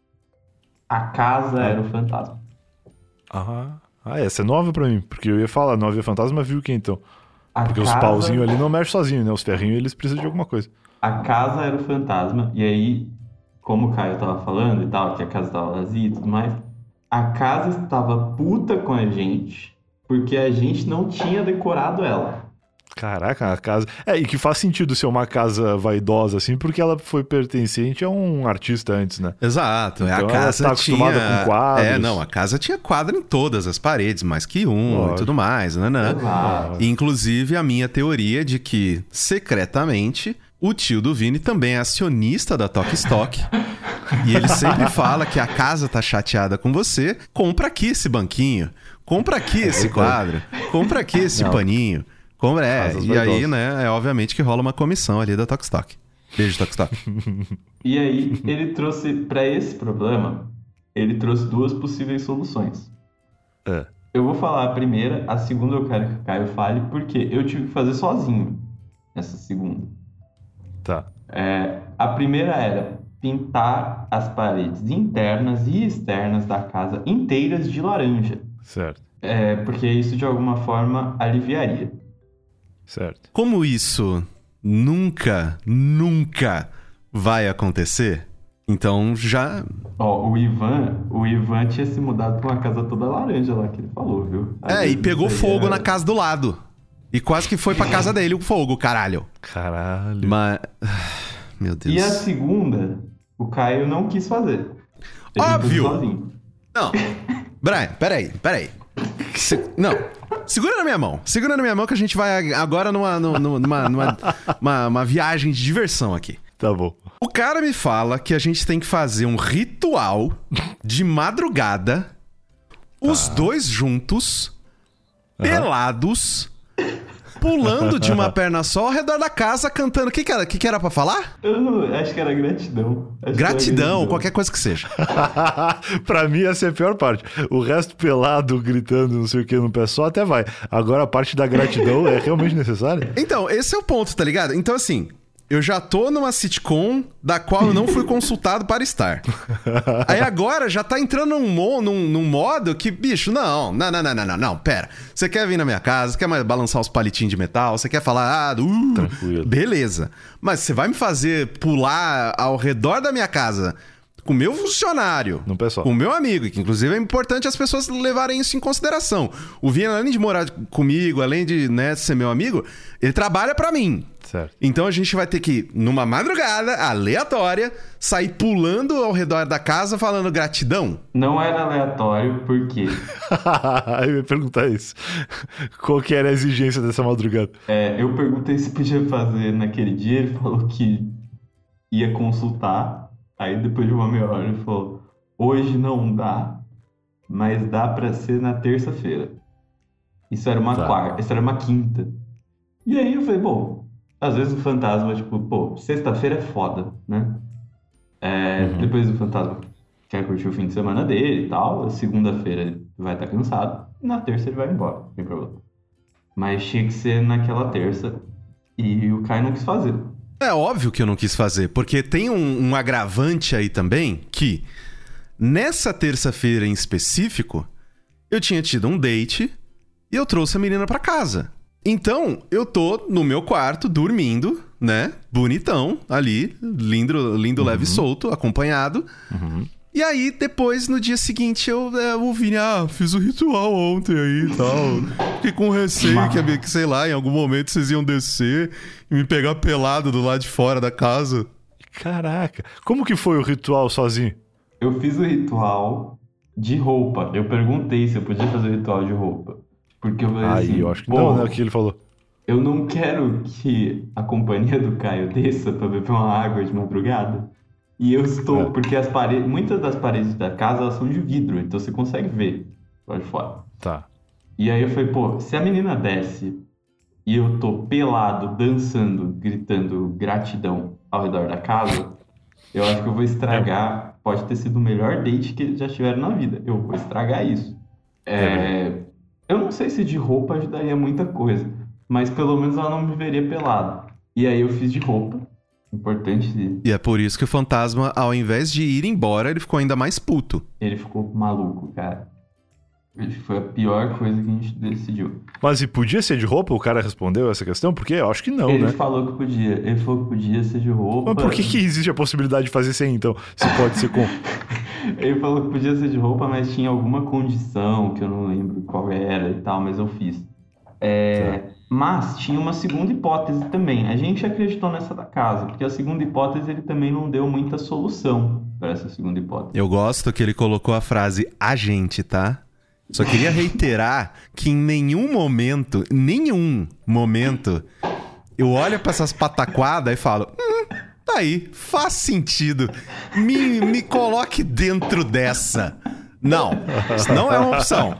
A casa era o fantasma. Ah, ah, essa é nova pra mim, porque eu ia falar, não havia fantasma, viu o que então? A Porque casa... os pauzinhos ali não mexem sozinhos, né? Os ferrinhos, eles precisam de alguma coisa. A casa era o fantasma, e aí, como o Caio tava falando e tal, que a casa tava vazia e tudo mais, a casa estava puta com a gente, porque a gente não tinha decorado ela. Caraca, a casa... É, e que faz sentido ser uma casa vaidosa, assim, porque ela foi pertencente a um artista antes, né? Exato, então a casa ela tá acostumada tinha... com quadros. É, não, a casa tinha quadro em todas as paredes, mais que um Lógico. e tudo mais, né, né? Exato. Inclusive, a minha teoria de que, secretamente, o tio do Vini também é acionista da Tok Stock. E ele sempre fala que a casa tá chateada com você, compra aqui esse banquinho, compra aqui esse quadro, compra aqui esse Não. paninho. Como é, Casas e vaidosas. aí, né, é obviamente que rola uma comissão ali da Tok Stock. Beijo, Tok Stock. E aí, ele trouxe, para esse problema, ele trouxe duas possíveis soluções. É. Eu vou falar a primeira, a segunda eu quero que o Caio fale, porque eu tive que fazer sozinho essa segunda. Tá. É, a primeira era pintar as paredes internas e externas da casa inteiras de laranja. Certo. É, porque isso de alguma forma aliviaria. Certo. Como isso nunca, nunca vai acontecer, então já... Ó, o Ivan, o Ivan tinha se mudado pra uma casa toda laranja lá que ele falou, viu? Às É, e vezes pegou isso aí fogo é- na casa do lado. E quase que foi pra casa dele o fogo, caralho. Caralho. Mas... Meu Deus. E a segunda, o Caio não quis fazer. Ele Óbvio. fez sozinho. Não. Brian, peraí, peraí. Se- Não. Segura na minha mão. Segura na minha mão que a gente vai agora numa, numa, numa, numa uma, uma viagem de diversão aqui. Tá bom. O cara me fala que a gente tem que fazer um ritual de madrugada, os dois juntos, pelados, pulando de uma perna só ao redor da casa, cantando. O que, que era? O que, que era pra falar? Eu não, acho que era gratidão. Acho que era Gratidão, qualquer coisa que seja. Pra mim, essa é a pior parte. O resto pelado, gritando, não sei o que, no pé só, até vai. Agora, a parte da gratidão é realmente necessária? Então, esse é o ponto, tá ligado? Então, assim, eu já tô numa sitcom da qual eu não fui consultado para estar. Aí agora já tá entrando num, mo- num, num modo que, bicho, não, não, não, não, não, não, não, pera. Você quer vir na minha casa, quer mais balançar os palitinhos de metal, você quer falar, ah, uh, Tranquilo. beleza. Mas você vai me fazer pular ao redor da minha casa com o meu funcionário, No pé só. com o meu amigo, que inclusive é importante as pessoas levarem isso em consideração. O Vini, além de morar comigo, além de, né, ser meu amigo, ele trabalha pra mim. Certo. Então a gente vai ter que, numa madrugada aleatória, sair pulando ao redor da casa falando gratidão. Não era aleatório, por quê? Eu ia perguntar isso. Qual que era a exigência dessa madrugada? É, eu perguntei se podia fazer naquele dia, ele falou que ia consultar. Aí depois de uma meia hora ele falou, hoje não dá, mas dá pra ser na terça-feira. Isso era uma Tá. quarta, isso era uma quinta. E aí eu falei, bom, às vezes o fantasma, tipo, pô, sexta-feira é foda, né? É, Uhum. Depois o fantasma quer curtir o fim de semana dele e tal, segunda-feira ele vai estar cansado, na terça ele vai embora, não tem problema. Mas tinha que ser naquela terça e o Caio não quis fazer. É óbvio que eu não quis fazer, porque tem um, um agravante aí também, que nessa terça-feira em específico, eu tinha tido um date e eu trouxe a menina pra casa. Então, eu tô no meu quarto, dormindo, né? Bonitão, ali, lindo, lindo leve e solto, acompanhado. Uhum. E aí, depois, no dia seguinte, eu é, ouvi, ah, fiz o ritual ontem aí e tal. Fiquei com receio que, que, sei lá, em algum momento vocês iam descer e me pegar pelado do lado de fora da casa. Caraca. Como que foi o ritual sozinho? Eu fiz o ritual de roupa. Eu perguntei se eu podia fazer o ritual de roupa. Porque eu falei Aí, assim, eu acho que pô, não, né? O que ele falou. eu não quero que a companhia do Caio desça pra beber uma água de madrugada. E eu estou, É. porque as paredes, muitas das paredes da casa elas são de vidro, então você consegue ver lá de fora. Tá. E aí eu falei, pô, se a menina desce e eu tô pelado, dançando, gritando gratidão ao redor da casa, eu acho que eu vou estragar. Pode ter sido o melhor date que eles já tiveram na vida. Eu vou estragar isso. É, eu não sei se de roupa ajudaria muita coisa, mas pelo menos ela não me veria pelado. E aí eu fiz de roupa. Importante. E é por isso que o fantasma, ao invés de ir embora, ele ficou ainda mais puto. Ele ficou maluco, cara. Foi a pior coisa que a gente decidiu. Mas e podia ser de roupa? O cara respondeu essa questão? Porque eu acho que não, Ele né? falou que podia. Ele falou que podia ser de roupa. Mas por que, que existe a possibilidade de fazer sem, então? Se pode ser com... Ele falou que podia ser de roupa, mas tinha alguma condição que eu não lembro qual era e tal, mas eu fiz. É, Tá. Mas tinha uma segunda hipótese também. A gente acreditou nessa da casa, porque a segunda hipótese ele também não deu muita solução para essa segunda hipótese. Eu gosto que ele colocou a frase a gente, tá? Só queria reiterar que em nenhum momento, nenhum momento, eu olho pra essas pataquadas e falo, hum, tá aí, faz sentido. Me, me coloque dentro dessa. Não, isso não é uma opção.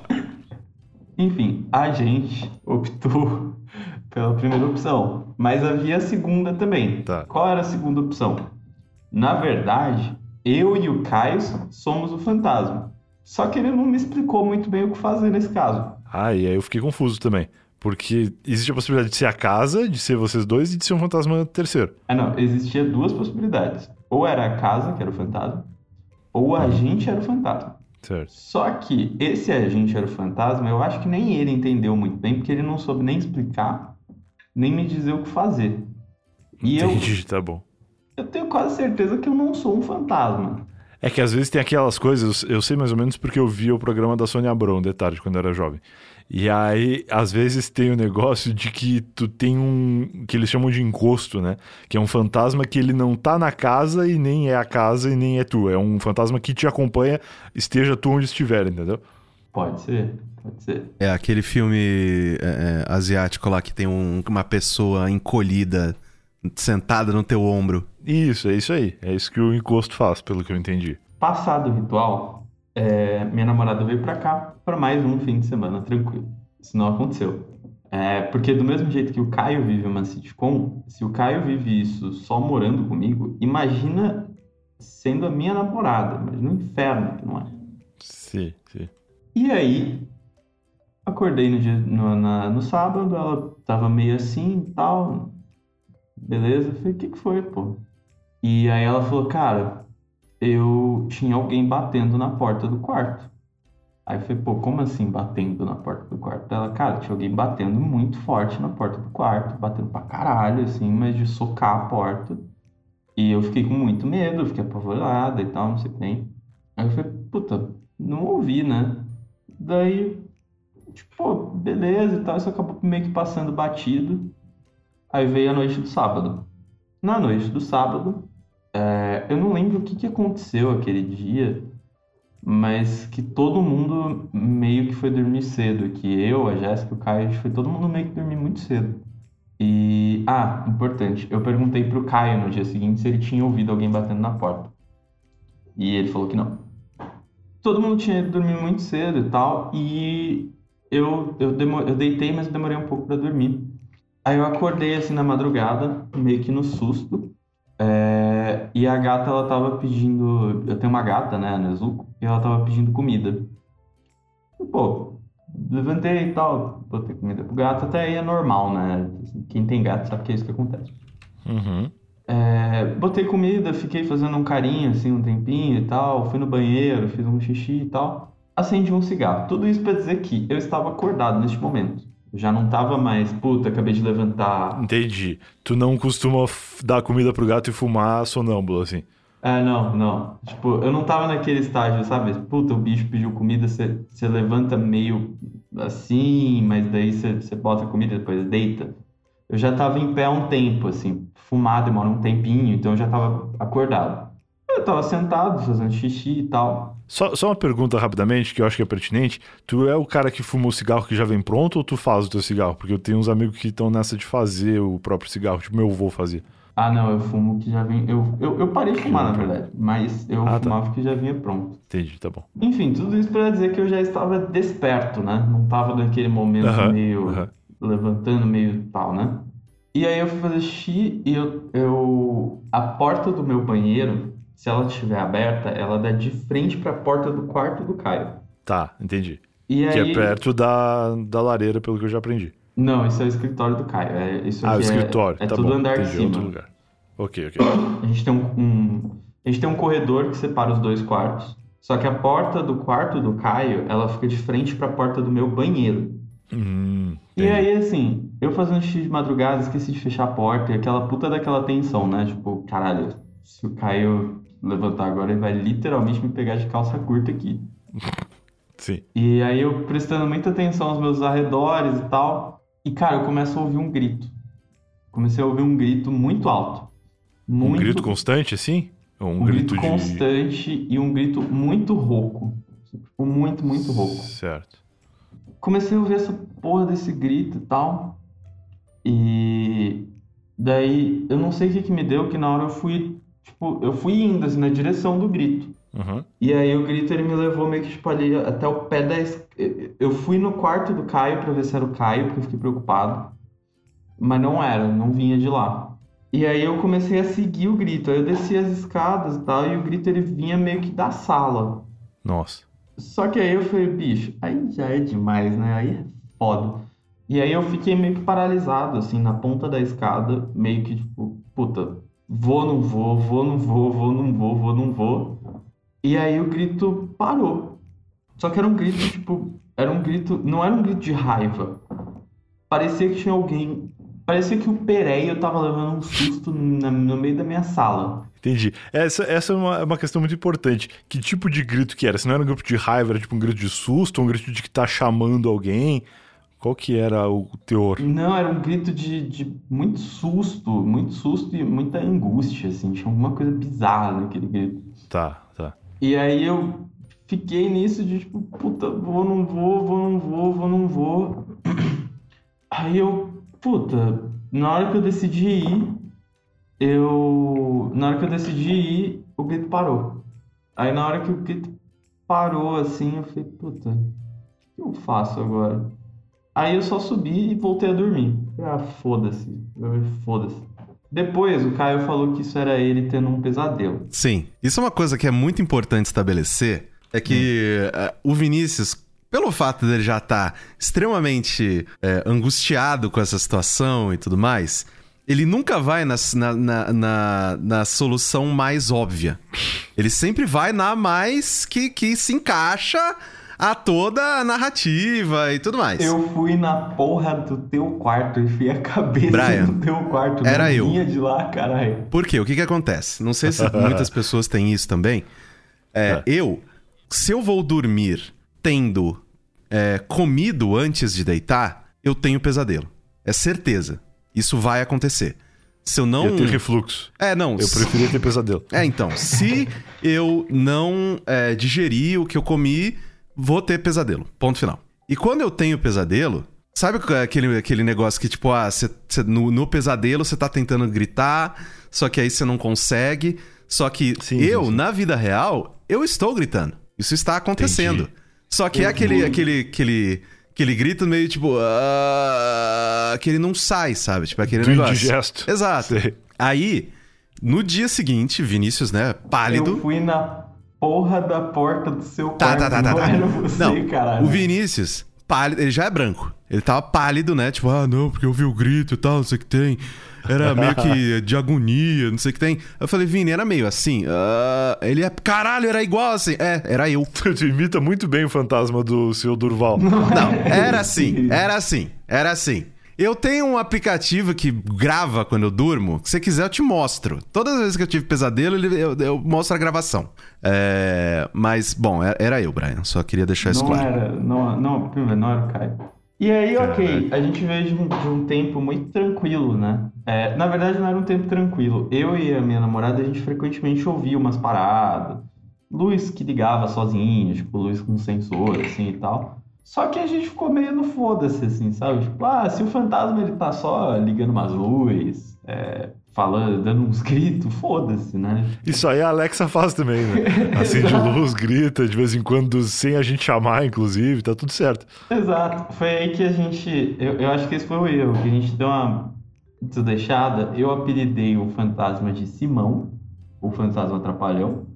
Enfim, a gente optou pela primeira opção, mas havia a segunda também. Tá. Qual era a segunda opção? Na verdade, eu e o Caio somos o fantasma. Só que ele não me explicou muito bem o que fazer nesse caso. Ah, e aí eu fiquei confuso também. Porque existe a possibilidade de ser a casa, de ser vocês dois e de ser um fantasma terceiro. Ah, não. Existia duas possibilidades. Ou era a casa, que era o fantasma, ou a gente era o fantasma. Certo. Só que esse agente era o fantasma, eu acho que nem ele entendeu muito bem, porque ele não soube nem explicar, nem me dizer o que fazer. E eu, Entendi, tá bom. eu tenho quase certeza que eu não sou um fantasma. É que às vezes tem aquelas coisas, eu sei mais ou menos porque eu via o programa da Sônia Abrão de tarde, quando eu era jovem. E aí, às vezes tem o negócio de que tu tem um, que eles chamam de encosto, né? Que é um fantasma que ele não tá na casa e nem é a casa e nem é tu. É um fantasma que te acompanha, esteja tu onde estiver, entendeu? Pode ser, pode ser. É aquele filme é, é, asiático lá que tem um- uma pessoa encolhida, sentada no teu ombro. Isso, é isso aí. É isso que o encosto faz, pelo que eu entendi. Passado o ritual, é, minha namorada veio pra cá pra mais um fim de semana tranquilo. Isso não aconteceu. É, porque do mesmo jeito que o Caio vive uma sitcom, se o Caio vive isso só morando comigo, imagina sendo a minha namorada. Imagina o inferno que não é. Sim, sim. E aí, acordei no, dia, no, na- no sábado, ela tava meio assim e tal. Beleza, eu falei, o que que foi, pô? E aí ela falou, cara, eu tinha alguém batendo na porta do quarto. Aí eu falei, pô, como assim batendo na porta do quarto? Ela, cara, tinha alguém batendo muito forte na porta do quarto, batendo pra caralho, assim, mas de socar a porta. E eu fiquei com muito medo, eu fiquei apavorada e tal, não sei bem. Aí eu falei, puta, não ouvi, né? Daí, tipo, pô, beleza e tal, isso acabou meio que passando batido. Aí veio a noite do sábado. Na noite do sábado, é, eu não lembro o que, que aconteceu aquele dia, mas que todo mundo meio que foi dormir cedo. Que eu, a Jéssica, o Caio, a gente foi todo mundo meio que dormir muito cedo. E, ah, importante, eu perguntei pro Caio no dia seguinte se ele tinha ouvido alguém batendo na porta. E ele falou que não. Todo mundo tinha ido dormir muito cedo e tal, e eu, eu, demo- eu deitei, mas eu demorei um pouco pra dormir. Aí eu acordei assim na madrugada, meio que no susto, é, e a gata ela tava pedindo, eu tenho uma gata, né, a Nezuko, e ela tava pedindo comida. E, pô, levantei e tal, botei comida pro gato, até aí é normal, né, quem tem gato sabe que é isso que acontece. Uhum. É, botei comida, fiquei fazendo um carinho assim um tempinho e tal, fui no banheiro, fiz um xixi e tal, acendi um cigarro. Tudo isso pra dizer que eu estava acordado neste momento. Eu já não tava mais, puta, acabei de levantar. Entendi. Tu não costuma f- dar comida pro gato e fumar sonâmbulo, assim. É, não, não. Tipo, eu não tava naquele estágio, sabe? Puta, o bicho pediu comida, você você levanta meio assim, mas daí você você bota a comida e depois deita. Eu eu já tava em pé há um tempo, assim. Fumar demora um tempinho, então eu já tava acordado. Eu tava sentado, fazendo xixi e tal. Só, só uma pergunta rapidamente, que eu acho que é pertinente. Tu é o cara que fuma o cigarro que já vem pronto ou tu faz o teu cigarro? Porque eu tenho uns amigos que estão nessa de fazer o próprio cigarro, tipo meu avô fazia. Ah, não, eu fumo que já vem... Eu, eu, eu parei de fumar, na verdade, mas eu Ah, fumava tá. que já vinha pronto. Entendi, tá bom. Enfim, tudo isso pra dizer que eu já estava desperto, né? Não tava naquele momento Aham, meio... aham. levantando, meio tal, né? E aí eu fui fazer xixi e eu, eu... A porta do meu banheiro, se ela estiver aberta, ela dá de frente pra porta do quarto do Caio. Tá, entendi. E Que aí... é perto da, da lareira, pelo que eu já aprendi. Não, isso é o escritório do Caio. É, isso Ah, o aqui é- escritório. é, tá tudo bom, andar de entendi, cima. outro lugar. Ok, ok. A gente tem um, um- a gente tem um corredor que separa os dois quartos. Só que a porta do quarto do Caio, ela fica de frente para a porta do meu banheiro. Hum, E entendi. aí, assim, eu fazendo xixi de madrugada, esqueci de fechar a porta e aquela puta daquela tensão, né? Tipo, caralho, se o Caio levantar agora, ele vai literalmente me pegar de calça curta aqui. Sim. E aí eu prestando muita atenção aos meus arredores e tal. E, cara, eu começo a ouvir um grito. Comecei a ouvir um grito muito alto. Um Muito, grito constante, assim? Ou um, um grito grito, de... constante e um grito muito rouco. Tipo, muito, muito rouco. Certo. Comecei a ouvir essa porra desse grito e tal. E daí eu não sei o que que me deu, que na hora eu fui, tipo, eu fui indo assim na direção do grito. Uhum. E aí o grito ele me levou meio que tipo ali até o pé da es... Eu fui no quarto do Caio pra ver se era o Caio, porque eu fiquei preocupado. Mas não era, não vinha de lá. E aí eu comecei a seguir o grito. Aí eu desci as escadas e tal, e o grito ele vinha meio que da sala. Nossa. Só que aí eu falei, bicho, aí já é demais, né? Aí é foda. E aí eu fiquei meio que paralisado, assim, na ponta da escada, meio que tipo, puta, vou, não vou, vou, não vou, vou, não vou, vou, não vou. E aí o grito parou. Só que era um grito, tipo, era um grito, não era um grito de raiva. Parecia que tinha alguém, parecia que o Pereio tava levando um susto na- no meio da minha sala. Entendi. Essa, essa é uma, é uma questão muito importante. Que tipo de grito que era? Se não era um grito de raiva, era tipo um grito de susto, um grito de que tá chamando alguém? Qual que era o teor? Não, era um grito de, de muito susto, muito susto e muita angústia, assim. Tinha alguma coisa bizarra naquele grito. Tá, tá. E aí eu fiquei nisso de tipo, puta, vou, não vou, vou, não vou, vou, não vou. Aí eu, puta, na hora que eu decidi ir, eu. Na hora que eu decidi ir, o grito parou. Aí na hora que o grito parou, assim, eu falei, puta, o que eu faço agora? Aí eu só subi e voltei a dormir. Ah, foda-se. Eu- Foda-se. Depois o Caio falou que isso era ele tendo um pesadelo. Sim, isso é uma coisa que é muito importante estabelecer, é que eh, o Vinícius, pelo fato dele já estar extremamente eh, angustiado com essa situação e tudo mais, ele nunca vai na, na, na, na, na solução mais óbvia. Ele sempre vai na mais que, que se encaixa a toda a narrativa e tudo mais. Eu fui na porra do teu quarto e fui a cabeça Brian, do teu quarto. era não eu. vinha de lá, caralho. Por quê? O que que acontece? Não sei se muitas pessoas têm isso também. É, É. Eu, se eu vou dormir tendo é, comido antes de deitar, eu tenho pesadelo. É certeza. Isso vai acontecer. Se eu não... Ia ter refluxo. É, não. Eu se- preferia ter pesadelo. É, então. Se eu não é, digerir o que eu comi, vou ter pesadelo. Ponto final. E quando eu tenho pesadelo, sabe aquele, aquele negócio que, tipo, ah, cê, cê- no, no pesadelo você tá tentando gritar, só que aí você não consegue. Só que Sim, eu, sim, sim. na vida real, eu estou gritando. Isso está acontecendo. Entendi. Só que é Eu aquele, vou- aquele, aquele, aquele grito meio tipo. "Ah", que ele não sai, sabe? Tipo aquele Do negócio. indigesto. Exato. Sei. Aí, no dia seguinte, Vinícius, né, pálido. Eu fui na porra da porta do seu Tá, quarto. tá, tá, tá, não tá. era você, Não, caralho. o Vinícius, pálido, ele já é branco. Ele tava pálido, né? Tipo, ah, não, porque eu vi o grito e tal, não sei o que tem. Era meio que de agonia, não sei o que tem. Eu falei, Vini, era meio assim. Ah, ele é, caralho, era igual assim. É, era eu. Tu imita muito bem o fantasma do seu Durval. Não, era assim, era assim, era assim. Eu tenho um aplicativo que grava quando eu durmo. Se você quiser, eu te mostro. Todas as vezes que eu tive pesadelo, ele- eu, eu mostro a gravação. É, mas, bom, era- era eu, Brian. Só queria deixar isso Não claro. era, não, não, primeiro, não era o Caio. E aí, ok, Caraca. a gente veio de um, de um tempo muito tranquilo, né? É, na verdade, não era um tempo tranquilo. Eu e a minha namorada, a gente frequentemente ouvia umas paradas. Luz que ligava sozinha, tipo, luz com sensor, assim, e tal. Só que a gente ficou meio no foda-se, assim, sabe? Tipo, ah, se o fantasma, ele tá só ligando umas luzes, é, falando, dando uns gritos, foda-se, né? Isso aí a Alexa faz também, né? Acende Exato. luz, grita de vez em quando, sem a gente chamar, inclusive, tá tudo certo. Exato. Foi aí que a gente. Eu, eu acho que esse foi o erro, que a gente deu uma desleixada. Eu apelidei o fantasma de Simão, o fantasma trapalhão.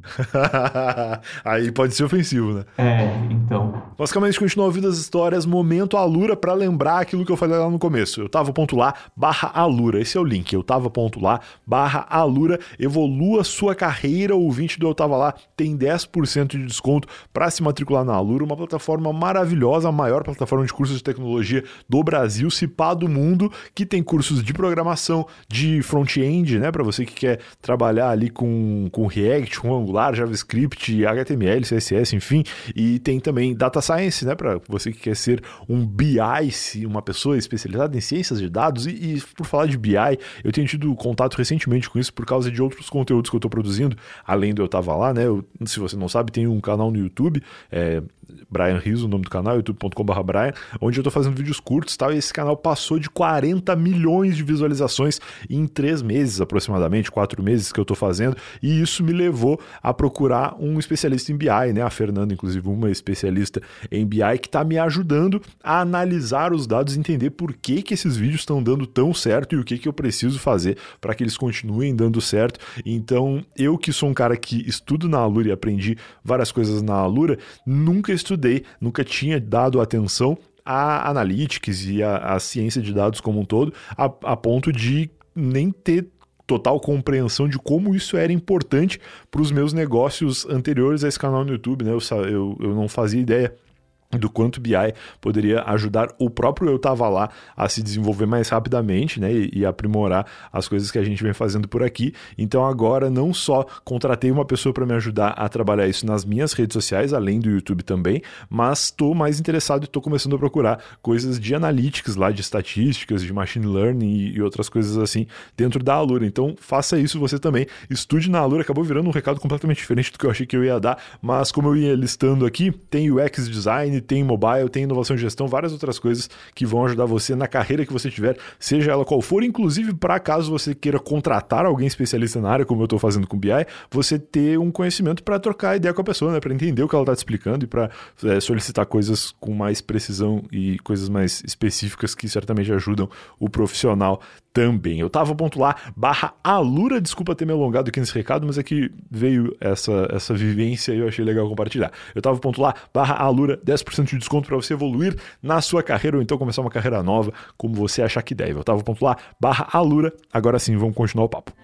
Aí pode ser ofensivo, né? É, então. Basicamente, a gente continua ouvindo as histórias momento Alura pra lembrar aquilo que eu falei lá no começo. Eu tava ponto lá, barra Alura. Esse é o link. Eu tava ponto lá, barra Alura. Evolua sua carreira. O ouvinte do Eu Tava Lá tem dez por cento de desconto pra se matricular na Alura. Uma plataforma maravilhosa, a maior plataforma de cursos de tecnologia do Brasil, se pá do mundo, que tem cursos de programação, de front-end, né? Pra você que quer trabalhar ali com, com React, com Angular, JavaScript, H T M L, C S S, enfim. E tem também Data Science, né, para você que quer ser um B I, uma pessoa especializada em ciências de dados. E, e por falar de B I, eu tenho tido contato recentemente com isso por causa de outros conteúdos que eu estou produzindo, além do Eu Tava Lá, né? Eu, se você não sabe, tem um canal no YouTube, é Brian Rizzo, o nome do canal, youtube ponto com barra Brian, onde eu tô fazendo vídeos curtos e tal, e esse canal passou de quarenta milhões de visualizações em três meses, aproximadamente, quatro meses que eu tô fazendo, e isso me levou a procurar um especialista em B I, né? A Fernanda, inclusive, uma especialista em B I, que tá me ajudando a analisar os dados e entender por que que esses vídeos estão dando tão certo e o que que eu preciso fazer para que eles continuem dando certo. Então, eu que sou um cara que estudo na Alura e aprendi várias coisas na Alura, nunca estudei, nunca tinha dado atenção a analytics e a, a ciência de dados como um todo, a, a ponto de nem ter total compreensão de como isso era importante para os meus negócios anteriores a esse canal no YouTube, né? Eu, eu, eu não fazia ideia do quanto B I poderia ajudar o próprio Eu Tava Lá a se desenvolver mais rapidamente, né, e, e aprimorar as coisas que a gente vem fazendo por aqui. Então agora não só contratei uma pessoa para me ajudar a trabalhar isso nas minhas redes sociais, além do YouTube também, mas estou mais interessado e estou começando a procurar coisas de analytics lá, de estatísticas, de machine learning e, e outras coisas assim dentro da Alura. Então faça isso você também, estude na Alura. Acabou virando um recado completamente diferente do que eu achei que eu ia dar, mas como eu ia listando aqui, tem U X Design, tem mobile, tem inovação de gestão, várias outras coisas que vão ajudar você na carreira que você tiver, seja ela qual for, inclusive para caso você queira contratar alguém especialista na área, como eu estou fazendo com B I, você ter um conhecimento para trocar ideia com a pessoa, né, para entender o que ela está te explicando e para é, solicitar coisas com mais precisão e coisas mais específicas que certamente ajudam o profissional também. Eu tava ponto lá, barra Alura, desculpa ter me alongado aqui nesse recado, mas é que veio essa, essa vivência e eu achei legal compartilhar. Eu tava ponto lá, barra Alura, dez por cento de desconto para você evoluir na sua carreira ou então começar uma carreira nova, como você achar que deve. Eu tava ponto lá, barra Alura, agora sim, vamos continuar o papo.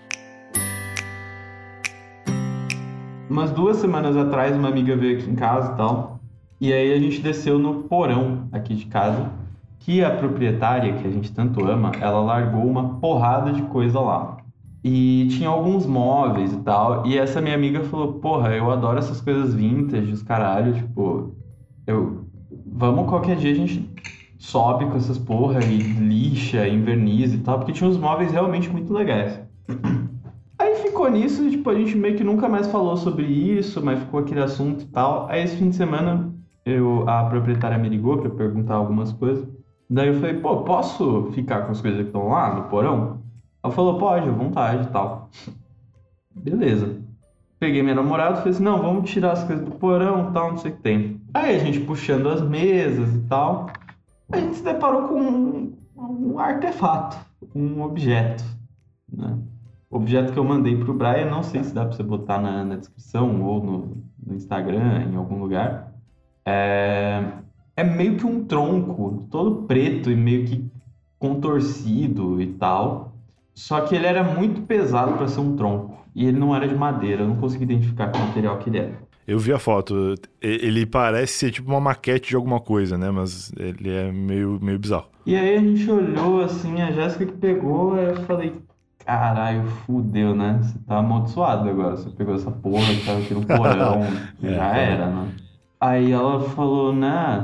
Umas duas semanas atrás, uma amiga veio aqui em casa e tal, e aí a gente desceu no porão aqui de casa, que a proprietária, que a gente tanto ama, ela largou uma porrada de coisa lá. E tinha alguns móveis e tal, e essa minha amiga falou, porra, eu adoro essas coisas vintage, os caralho, tipo, eu... vamos qualquer dia a gente sobe com essas porra e lixa, inverniza e tal, porque tinha uns móveis realmente muito legais. Aí ficou nisso, e, tipo, a gente meio que nunca mais falou sobre isso, mas ficou aquele assunto e tal. Aí esse fim de semana, eu, a proprietária me ligou pra perguntar algumas coisas. Daí eu falei, pô, posso ficar com as coisas que estão lá no porão? Ela falou, pode, à vontade e tal. Beleza. Peguei minha namorada e falei assim, não, vamos tirar as coisas do porão e tal, não sei o que tem. Aí a gente puxando as mesas e tal, a gente se deparou com um, um artefato, um objeto, né? Objeto que eu mandei pro Brian, não sei se dá pra você botar na, na descrição ou no, no Instagram, em algum lugar. É... É meio que um tronco, todo preto e meio que contorcido e tal. Só que ele era muito pesado para ser um tronco. E ele não era de madeira, eu não consegui identificar que material que ele era. Eu vi a foto. Ele parece ser tipo uma maquete de alguma coisa, né? Mas ele é meio, meio bizarro. E aí a gente olhou assim, a Jéssica que pegou, aí eu falei... Caralho, fudeu, né? Você tá amaldiçoado agora. Você pegou essa porra que tava aqui no porão. É, já tá. era, né? Aí ela falou, né...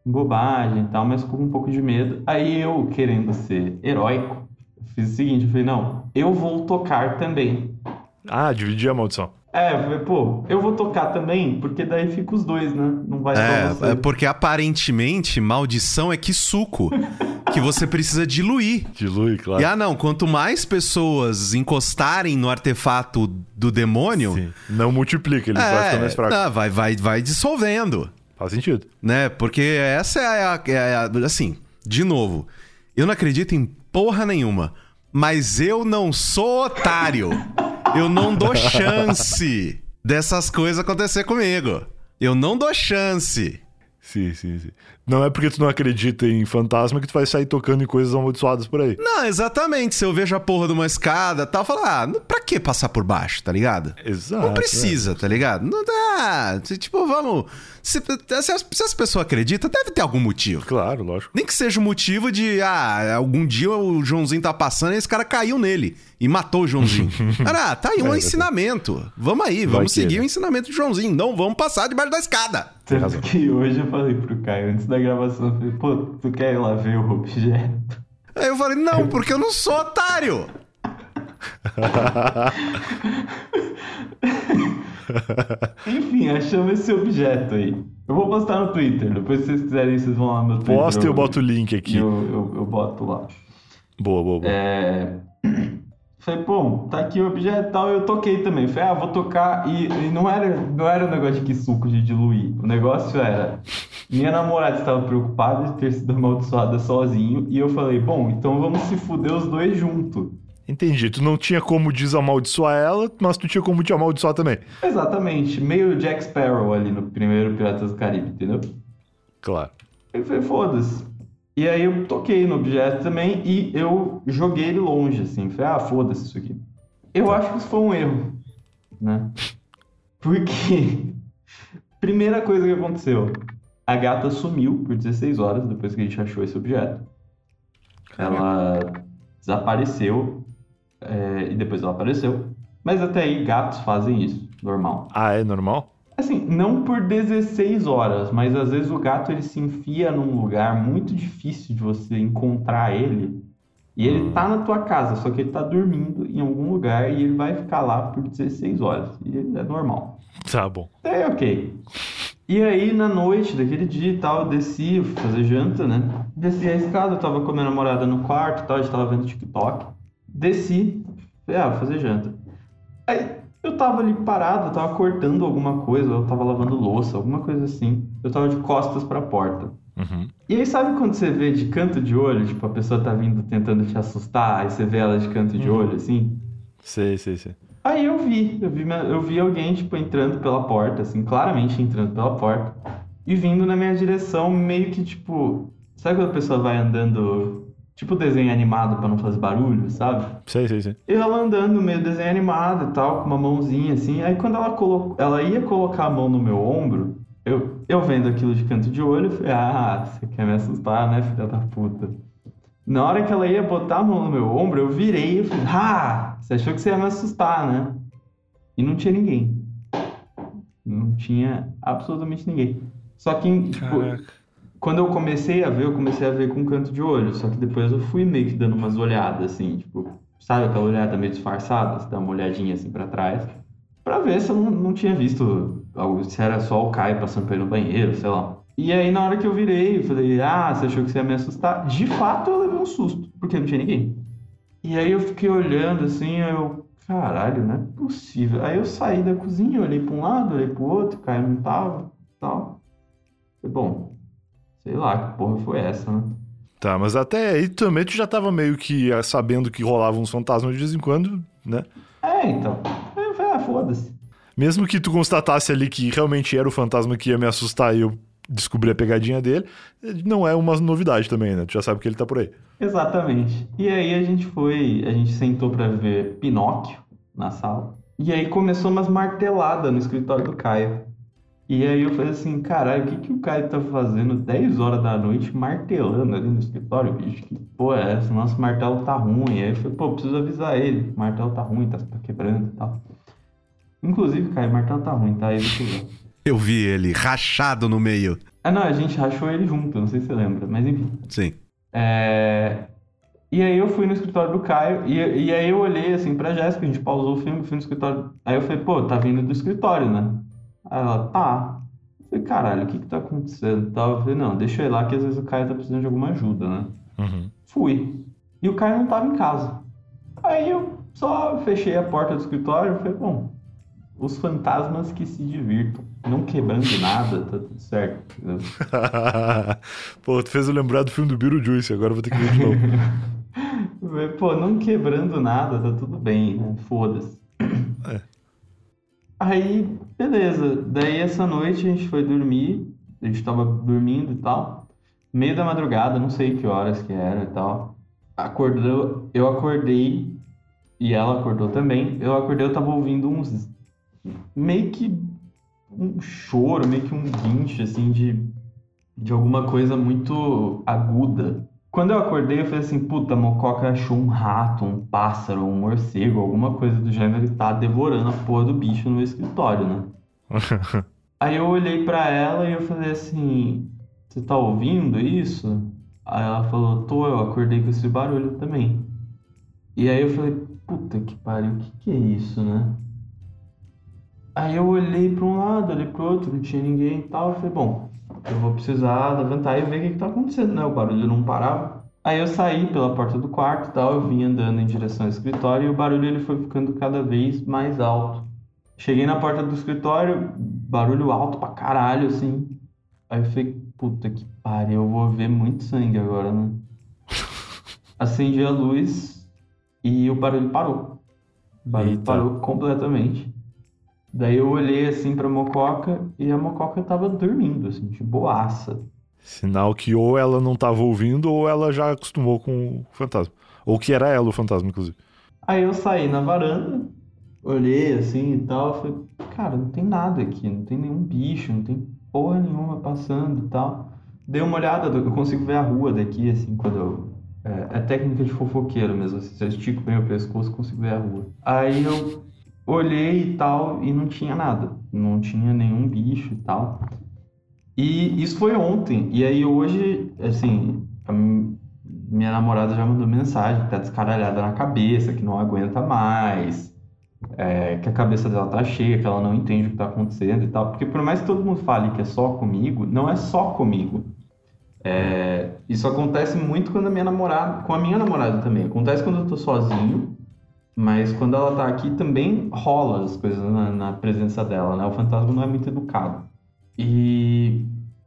bobagem e tal, mas ficou com um pouco de medo. Aí eu, querendo ser heróico, fiz o seguinte, eu falei, não, eu vou tocar também. Ah, dividir a maldição. É, eu falei, pô, eu vou tocar também, porque daí fica os dois, né? Não vai só você. É, é porque aparentemente maldição é que suco que você precisa diluir. Dilui, claro. E ah, não, quanto mais pessoas encostarem no artefato do demônio... Sim. Não multiplica, ele é, vai ficar mais fraco. Não, vai, vai, vai dissolvendo. Faz sentido. Né? Porque essa é a, é a... Assim, de novo, eu não acredito em porra nenhuma, mas eu não sou otário. Eu não dou chance dessas coisas acontecer comigo. Eu não dou chance. Sim, sim, sim. Não é porque tu não acredita em fantasma que tu vai sair tocando em coisas amaldiçoadas por aí. Não, exatamente. Se eu vejo a porra de uma escada e tal, eu falo, ah, pra que passar por baixo, tá ligado? Exato. Não precisa, é. tá ligado? Não dá. Tipo, vamos... Se, se, as, se as pessoas acreditam, deve ter algum motivo. Claro, lógico. Nem que seja o motivo de, ah, algum dia o Joãozinho tá passando e esse cara caiu nele e matou o Joãozinho. Cara, tá aí um é, ensinamento. Vamos aí, vamos seguir que, o ensinamento do Joãozinho. Não vamos passar debaixo da escada. Tanto que hoje eu falei pro Caio, antes da gravação, eu falei, pô, tu quer ir lá ver o objeto? Aí eu falei, não, porque eu não sou otário. Enfim, achamos esse objeto aí. Eu vou postar no Twitter. Depois, se vocês quiserem, vocês vão lá no meu Twitter. Posta e eu boto o link aqui. Eu, eu, eu boto lá. Boa, boa, boa. É... Falei, bom, tá aqui o objeto e tal. Eu toquei também. Falei, ah, vou tocar. E, e não, era, não era um negócio de que suco de diluir. O negócio era... Minha namorada estava preocupada de ter sido amaldiçoada sozinho. E eu falei, bom, então vamos se fuder os dois juntos. Entendi. Tu não tinha como desamaldiçoar ela, mas tu tinha como te amaldiçoar também. Exatamente. Meio Jack Sparrow ali no primeiro Piratas do Caribe, entendeu? Claro. Eu falei, foda-se. E aí eu toquei no objeto também e eu joguei ele longe, assim. Falei, ah, foda-se isso aqui. Eu acho que isso foi um erro, né? Porque... Primeira coisa que aconteceu. A gata sumiu por dezesseis horas depois que a gente achou esse objeto. Ela desapareceu. É, e depois ela apareceu. Mas até aí, gatos fazem isso, normal. Ah, é normal? Assim, não por dezesseis horas, mas às vezes o gato ele se enfia num lugar muito difícil de você encontrar ele. E ele tá na tua casa, só que ele tá dormindo em algum lugar e ele vai ficar lá por dezesseis horas. E é normal. Tá bom. É, ok. E aí, na noite daquele dia e tal, eu desci, fui fazer janta, né? Desci a escada, eu tava com a minha namorada no quarto e tal, a gente tava vendo TikTok. Desci, falei, ah, vou fazer janta. Aí, eu tava ali parado, eu tava cortando alguma coisa, eu tava lavando louça, alguma coisa assim. Eu tava de costas pra porta. Uhum. E aí, sabe quando você vê de canto de olho, tipo, a pessoa tá vindo tentando te assustar, aí você vê ela de canto de olho, assim? Sei, sei, sei. Aí eu vi, eu vi, eu vi alguém, tipo, entrando pela porta, assim, claramente entrando pela porta, e vindo na minha direção, meio que, tipo... Sabe quando a pessoa vai andando... Tipo desenho animado pra não fazer barulho, sabe? Sei, sei, sei. E ela andando meio desenho animado e tal, com uma mãozinha assim. Aí quando ela, colo... ela ia colocar a mão no meu ombro, eu, eu vendo aquilo de canto de olho, eu falei, ah, você quer me assustar, né, filha da puta? Na hora que ela ia botar a mão no meu ombro, eu virei e falei, ah, você achou que você ia me assustar, né? E não tinha ninguém. Não tinha absolutamente ninguém. Só que, tipo... Quando eu comecei a ver, eu comecei a ver com um canto de olho. Só que depois eu fui meio que dando umas olhadas, assim, tipo... Sabe aquela olhada meio disfarçada? Você dá uma olhadinha assim pra trás. Pra ver se eu não, não tinha visto... Se era só o Caio passando pra ir no banheiro, sei lá. E aí, na hora que eu virei, eu falei... Ah, você achou que você ia me assustar? De fato, eu levei um susto. Porque não tinha ninguém. E aí eu fiquei olhando, assim, eu... Caralho, não é possível. Aí eu saí da cozinha, olhei pra um lado, olhei pro outro. O Caio não tava, tal. Falei, bom... Sei lá, que porra foi essa, né? Tá, mas até aí também tu já tava meio que sabendo que rolavam uns fantasmas de vez em quando, né? É, então. Aí eu falei, ah, foda-se. Mesmo que tu constatasse ali que realmente era o fantasma que ia me assustar e eu descobri a pegadinha dele, não é uma novidade também, né? Tu já sabe que ele tá por aí. Exatamente. E aí a gente foi, a gente sentou pra ver Pinóquio na sala. E aí começou umas marteladas no escritório do Caio. E aí eu falei assim, caralho, o que, que o Caio tá fazendo dez horas da noite martelando ali no escritório, bicho? Que porra é essa? Nosso martelo tá ruim. Aí eu falei, pô, preciso avisar ele. O martelo tá ruim, tá, tá quebrando e tal. Inclusive, Caio, o martelo tá ruim, tá? Aí eu, eu vi ele rachado no meio. Ah, não, a gente rachou ele junto, não sei se você lembra, mas enfim. Sim. É... E aí eu fui no escritório do Caio, e, e aí eu olhei assim pra Jéssica, a gente pausou o filme, fui no escritório. Aí eu falei, pô, tá vindo do escritório, né? Aí ela, tá. Eu falei, caralho, o que que tá acontecendo? Eu falei, não, deixa eu ir lá, que às vezes o Caio tá precisando de alguma ajuda, né? Uhum. Fui. E o Caio não tava em casa. Aí eu só fechei a porta do escritório e falei, bom, os fantasmas que se divirtam. Não quebrando nada, tá tudo certo. Pô, tu fez eu lembrar do filme do Beetlejuice, agora eu vou ter que ver de novo. Pô, não quebrando nada, tá tudo bem, né? Foda-se. É. Aí, beleza. Daí essa noite a gente foi dormir, a gente tava dormindo e tal. Meio da madrugada, não sei que horas que era e tal. Acordou, eu acordei e ela acordou também. Eu acordei, eu tava ouvindo uns meio que um choro, meio que um guincho, assim, de, de alguma coisa muito aguda. Quando eu acordei, eu falei assim, puta, a Mococa achou um rato, um pássaro, um morcego, alguma coisa do gênero, ele tá devorando a porra do bicho no escritório, né? Aí eu olhei pra ela e eu falei assim, você tá ouvindo isso? Aí ela falou, tô, eu acordei com esse barulho também. E aí eu falei, puta que pariu, o que que é isso, né? Aí eu olhei pra um lado, olhei pro outro, não tinha ninguém e tal. Eu falei, bom, eu vou precisar levantar e ver o que que tá acontecendo, né? O barulho não parava. Aí eu saí pela porta do quarto e tal, eu vim andando em direção ao escritório e o barulho ele foi ficando cada vez mais alto. Cheguei na porta do escritório, barulho alto pra caralho, assim. Aí eu falei, puta que pariu, eu vou ver muito sangue agora, né? Acendi a luz e o barulho parou. O barulho Eita. parou completamente. Daí eu olhei assim pra Mococa e a Mococa tava dormindo, assim, de boaça. Sinal que ou ela não tava ouvindo ou ela já acostumou com o fantasma. Ou que era ela o fantasma, inclusive. Aí eu saí na varanda, olhei assim e tal, falei, cara, não tem nada aqui, não tem nenhum bicho, não tem porra nenhuma passando e tal. Dei uma olhada, eu consigo ver a rua daqui, assim, quando eu... É, é técnica de fofoqueiro mesmo, assim, se eu estico bem o pescoço, consigo ver a rua. Aí eu olhei e tal, e não tinha nada, não tinha nenhum bicho e tal. E isso foi ontem, e aí hoje, assim, a minha namorada já mandou mensagem que tá descaralhada na cabeça, que não aguenta mais, é, que a cabeça dela tá cheia, que ela não entende o que tá acontecendo e tal. Porque por mais que todo mundo fale que é só comigo, não é só comigo. É, isso acontece muito quando a minha namorada, com a minha namorada também. Acontece quando eu tô sozinho, mas quando ela tá aqui também rola as coisas na, na presença dela, né? O fantasma não é muito educado. E,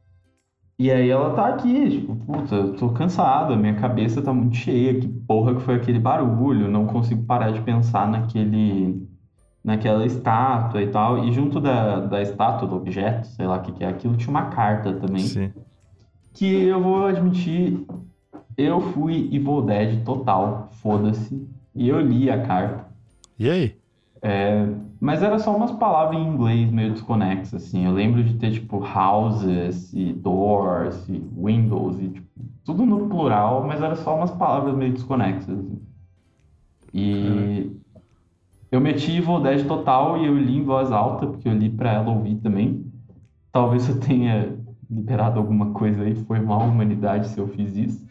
e aí ela tá aqui, tipo, puta, eu tô cansado, a minha cabeça tá muito cheia, que porra que foi aquele barulho, não consigo parar de pensar naquele, naquela estátua e tal. E junto da, da estátua, do objeto, sei lá o que que é aquilo, tinha uma carta também. Sim. Que eu vou admitir, eu fui Evil Dead total, foda-se, e eu li a carta. E aí? É, mas era só umas palavras em inglês meio desconexas, assim. Eu lembro de ter, tipo, houses e doors e windows e, tipo, tudo no plural, mas era só umas palavras meio desconexas, assim. E eu meti Evil Dead total e eu li em voz alta, porque eu li pra ela ouvir também. Talvez eu tenha liberado alguma coisa aí, foi mal a humanidade se eu fiz isso.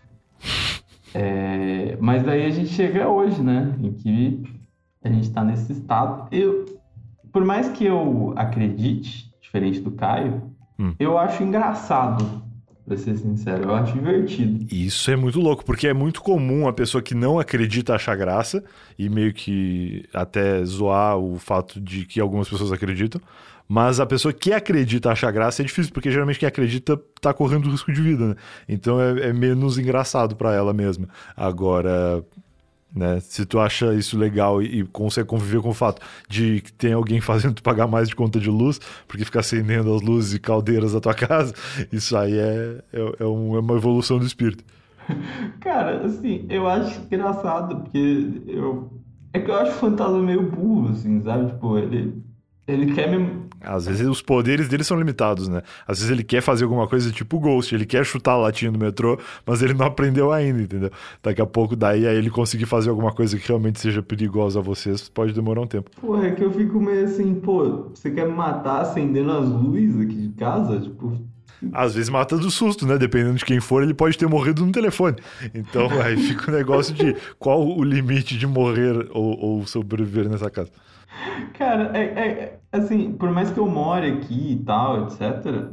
É, mas daí a gente chega hoje, né, em que a gente tá nesse estado. Eu, por mais que eu acredite, diferente do Caio, hum. eu acho engraçado, pra ser sincero, eu acho divertido. Isso é muito louco, porque é muito comum a pessoa que não acredita achar graça e meio que até zoar o fato de que algumas pessoas acreditam. Mas a pessoa que acredita achar graça é difícil, porque geralmente quem acredita tá correndo risco de vida, né? Então é, é menos engraçado pra ela mesma. Agora, né, se tu acha isso legal e, e consegue conviver com o fato de que tem alguém fazendo tu pagar mais de conta de luz, porque fica acendendo as luzes e caldeiras da tua casa, isso aí é, é, é, um, é uma evolução do espírito. Cara, assim, eu acho engraçado, porque eu... É que eu acho o fantasma meio burro, assim, sabe? Tipo, ele... Ele quer me... Às vezes os poderes dele são limitados, né? Às vezes ele quer fazer alguma coisa tipo o Ghost, ele quer chutar a latinha do metrô, mas ele não aprendeu ainda, entendeu? Daqui a pouco, daí, aí ele conseguir fazer alguma coisa que realmente seja perigosa a vocês, pode demorar um tempo. Porra, é que eu fico meio assim, pô, você quer me matar acendendo as luzes aqui de casa? Tipo... Às vezes mata do susto, né? Dependendo de quem for, ele pode ter morrido no telefone. Então aí fica o negócio de qual o limite de morrer ou, ou sobreviver nessa casa. Cara, é, é- assim, por mais que eu more aqui e tal, etcétera,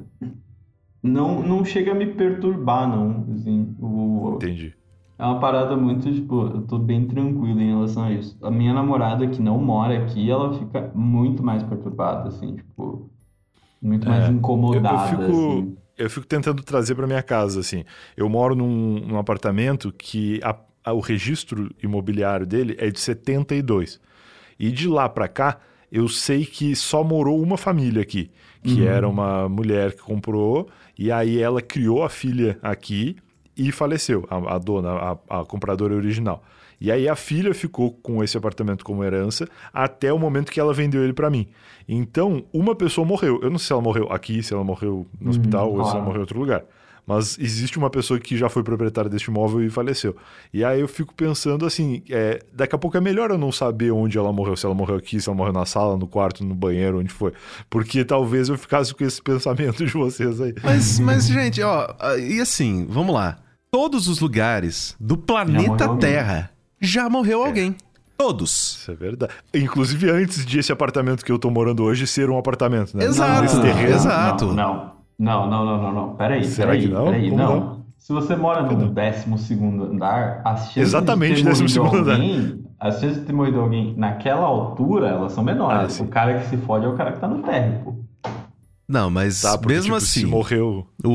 não, não chega a me perturbar, não. Assim, o, Entendi. é uma parada muito, tipo, eu tô bem tranquilo em relação a isso. A minha namorada que não mora aqui, ela fica muito mais perturbada, assim, tipo, muito mais É, eu, eu incomodada, fico, assim. eu fico tentando trazer para minha casa, assim. Eu moro num, num apartamento que a- a- o registro imobiliário dele é de setenta e dois. E de lá para cá, eu sei que só morou uma família aqui, que Uhum. era uma mulher que comprou, e aí ela criou a filha aqui e faleceu, a, a dona, a, a compradora original. E aí a filha ficou com esse apartamento como herança até o momento que ela vendeu ele para mim. Então, uma pessoa morreu. Eu não sei se ela morreu aqui, se ela morreu no Uhum, hospital ou se ela claro. morreu em outro lugar. Mas existe uma pessoa que já foi proprietária deste imóvel e faleceu. E aí eu fico pensando assim, é, daqui a pouco é melhor eu não saber onde ela morreu, se ela morreu aqui, se ela morreu na sala, no quarto, no banheiro, onde foi. Porque talvez eu ficasse com esse pensamento de vocês aí. Mas, mas, gente, ó, e assim, vamos lá. Todos os lugares do planeta morreu alguém. Terra já morreu alguém. Todos. Isso é verdade. Inclusive antes de esse apartamento que eu tô morando hoje ser um apartamento, né? Exato, Nesse terreno. exato. Não, não, não, não, não, não. Peraí, Será peraí, que não? peraí, Como não. não? Se você mora no décimo segundo andar, as chances Exatamente, de ter décimo morrido segundo andar. alguém, as chances de ter morrido alguém naquela altura, elas são Ah, menores. sim. O cara que se fode é o cara que tá no térreo, pô. Não, mas Tá, porque, mesmo tipo, assim, se morreu... o,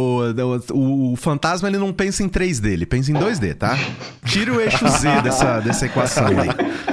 o, o, o fantasma ele não pensa em três D, ele pensa em dois D, tá? Tira o eixo Z dessa, dessa equação aí.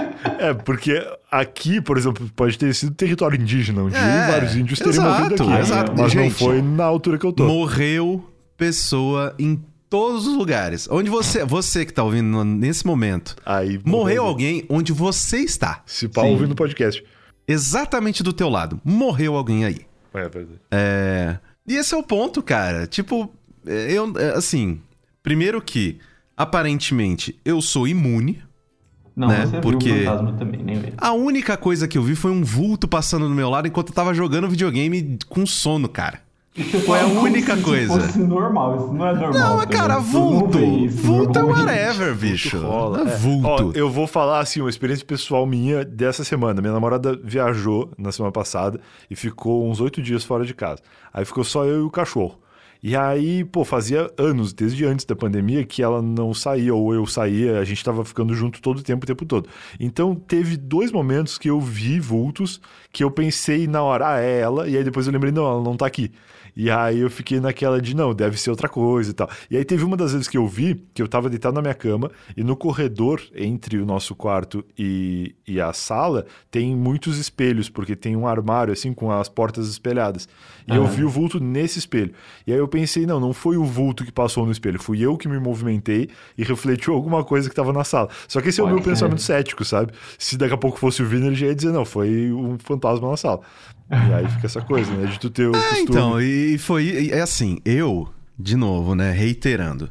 É, porque aqui, por exemplo, pode ter sido território indígena um dia É, e vários índios teriam exato, morrido aqui. exato. Mas não Gente, foi na altura que eu tô. Morreu pessoa em todos os lugares. Onde você, você que tá ouvindo no- nesse momento, Aí morreu alguém onde você está. Se pá, Sim. ouvindo o podcast. Exatamente do teu lado. Morreu alguém aí. É verdade. É... E esse é o ponto, cara. Tipo, é, eu, é, assim, primeiro que, aparentemente, eu sou imune. Não, Né, você porque- viu o fantasma também, nem vê. A única coisa que eu vi foi um vulto passando do meu lado enquanto eu tava jogando videogame com sono, cara. Foi a única coisa. Se fosse normal, isso não é normal. Não, mas também. cara, Tu não vulto. vê isso Vulto é normalmente. whatever, bicho. Rola. É É. vulto. Ó, eu vou falar assim, uma experiência pessoal minha dessa semana. Minha namorada viajou na semana passada e ficou uns oito dias fora de casa. Aí ficou só eu e o cachorro. E aí, pô, fazia anos, desde antes da pandemia, que ela não saía, ou eu saía, a gente tava ficando junto todo o tempo, o tempo todo. Então, teve dois momentos que eu vi vultos, que eu pensei na hora, ah, é ela, e aí depois eu lembrei, não, ela não tá aqui. E aí eu fiquei naquela de, não, deve ser outra coisa e tal. E aí teve uma das vezes que eu vi, que eu tava deitado na minha cama, e no corredor, entre o nosso quarto e, e a sala, tem muitos espelhos, porque tem um armário, assim, com as portas espelhadas. E eu Aham. vi o vulto nesse espelho. E aí eu pensei, não, não foi o vulto que passou no espelho, fui eu que me movimentei e refletiu alguma coisa que tava na sala. Só que esse é o Pode meu ser. pensamento cético, sabe? Se daqui a pouco fosse o Vini, ele já ia dizer, não, foi um fantasma na sala. E aí fica essa coisa, né? De tu ter o É, costume. então, e foi. e É assim, eu, de novo, né, reiterando.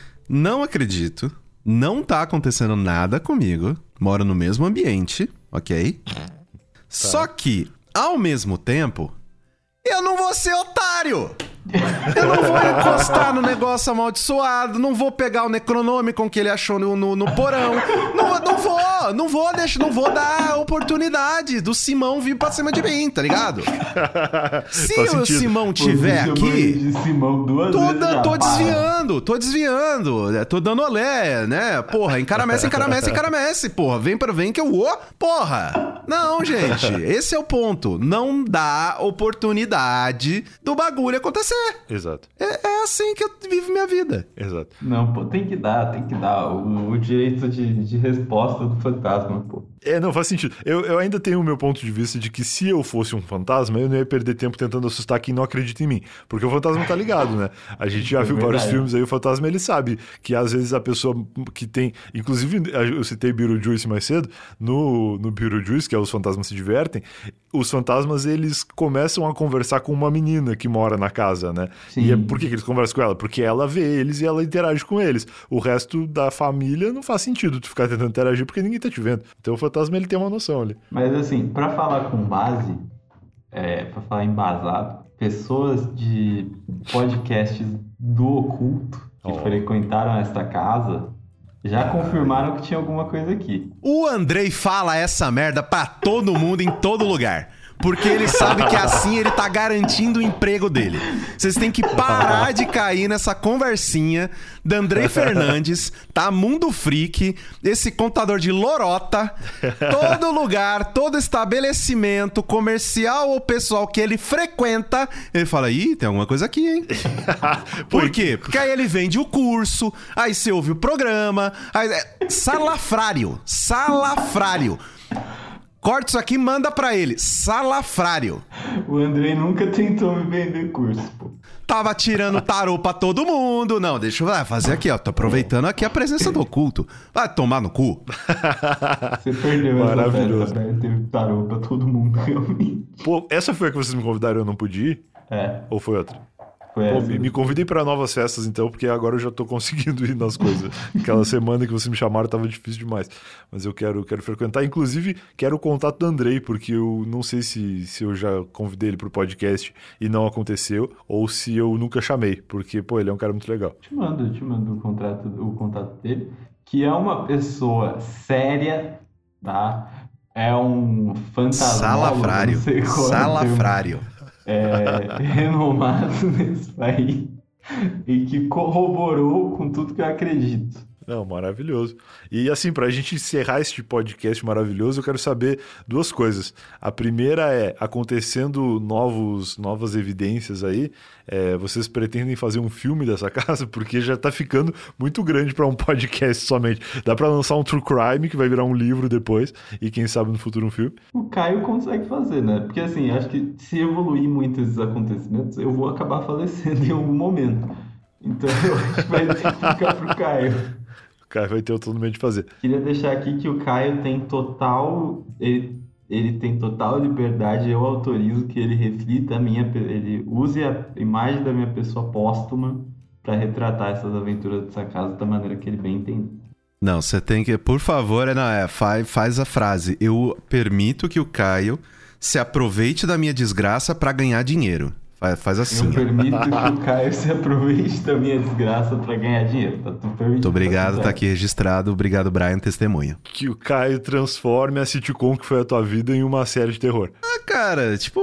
Não acredito, não tá acontecendo nada comigo. Moro no mesmo ambiente, ok? Só que, ao mesmo tempo, eu não vou ser otário! Eu não vou encostar no negócio amaldiçoado, não vou pegar o Necronômico que ele achou no, no, no porão. Não, vou- não vou, não vou deixar, não vou dar oportunidade do Simão vir pra cima de mim, tá ligado? Se Faz o sentido. Simão Pô, tiver me chamou aqui, de Simão duas tô, vezes da- já, tô para. desviando, tô desviando, é, tô dando olé, né? Porra, encaramece, encaramece, encaramece, porra. Vem para vem que eu vou, porra. Não, gente, esse é o ponto. Não dá oportunidade do bagulho acontecer. Exato, É, é assim que eu vivo minha vida. exato. Não, pô, tem que dar, tem que dar o, o direito de, de resposta do fantasma, pô. É, não, faz sentido. Eu, eu ainda tenho o meu ponto de vista de que se eu fosse um fantasma, eu não ia perder tempo tentando assustar quem não acredita em mim. Porque o fantasma tá ligado, né? A gente já É viu vários verdade. filmes aí, o fantasma ele sabe que às vezes a pessoa que tem. Inclusive, eu citei Beetlejuice mais cedo. No, no Beetlejuice, que é Os Fantasmas Se Divertem, os fantasmas eles começam a conversar com uma menina que mora na casa, né? Sim. E é por que, que eles conversam com ela? Porque ela vê eles e ela interage com eles. O resto da família não faz sentido tu ficar tentando interagir porque ninguém tá te vendo. Então o fantasma ele tem uma noção ali. Mas assim, pra falar com base, é, pra falar embasado, pessoas de podcasts do oculto que Oh. frequentaram esta casa já confirmaram que tinha alguma coisa aqui. O Andrei fala essa merda pra todo mundo em todo lugar. Porque ele sabe que assim ele tá garantindo o emprego dele. Vocês têm que parar de cair nessa conversinha da Andrei Fernandes, tá? Mundo Freak, esse contador de lorota. Todo lugar, todo estabelecimento comercial ou pessoal que ele frequenta, ele fala, ih, tem alguma coisa aqui, hein? Por quê? Porque aí ele vende o curso, aí você ouve o programa, aí... salafrário, salafrário. Corta isso aqui e manda pra ele. Salafrário. O Andrei nunca tentou me vender curso, pô. Tava tirando tarô pra todo mundo. Não, deixa eu ah, fazer aqui, ó. Tô aproveitando aqui a presença do oculto. Vai tomar no cu. Você perdeu Maravilhoso. essa festa, né? Teve tarô pra todo mundo, realmente. Pô, essa foi a que vocês me convidaram e eu não pude ir? É, Ou foi outra? foi Pô, essa. me, me convidem pra novas festas então, porque agora eu já tô conseguindo ir nas coisas. Aquela semana que vocês me chamaram tava difícil demais. Mas eu quero, quero frequentar. Inclusive, quero o contato do Andrei, porque eu não sei se, se eu já convidei ele pro podcast e não aconteceu, ou se eu nunca chamei, porque, pô, ele é um cara muito legal. Te mando, te mando o, contrato, o contato dele, que é uma pessoa séria, tá? É um fantasma. Salafrário. Salafrário. É, renomado nesse país e que corroborou com tudo que eu acredito. Não, maravilhoso. E assim, pra gente encerrar este podcast maravilhoso, eu quero saber duas coisas. A primeira é, acontecendo novos, novas evidências aí, é, vocês pretendem fazer um filme dessa casa? Porque já tá ficando muito grande pra um podcast somente. Dá pra lançar um True Crime, que vai virar um livro depois, e quem sabe no futuro um filme. O Caio consegue fazer, né? Porque assim, acho que se evoluir muito esses acontecimentos, eu vou acabar falecendo em algum momento. Então eu acho que vai ter que ficar pro Caio. O cara vai ter autonomia de fazer. Queria deixar aqui que o Caio tem total, ele, ele tem total liberdade, eu autorizo que ele reflita a minha, pe- ele use a imagem da minha pessoa póstuma para retratar essas aventuras dessa casa da maneira que ele bem entende. Não, você tem que... Por favor, é, não, é, faz, faz a frase. Eu permito que o Caio se aproveite da minha desgraça pra ganhar dinheiro. Faz, faz assim. Eu ó. permito que o Caio se aproveite da minha desgraça para ganhar dinheiro. Tá tudo permitido. Muito obrigado, tudo tá aqui registrado. Obrigado, Brian, testemunho. Que o Caio transforme a sitcom que foi a tua vida em uma série de terror. Ah, cara, tipo...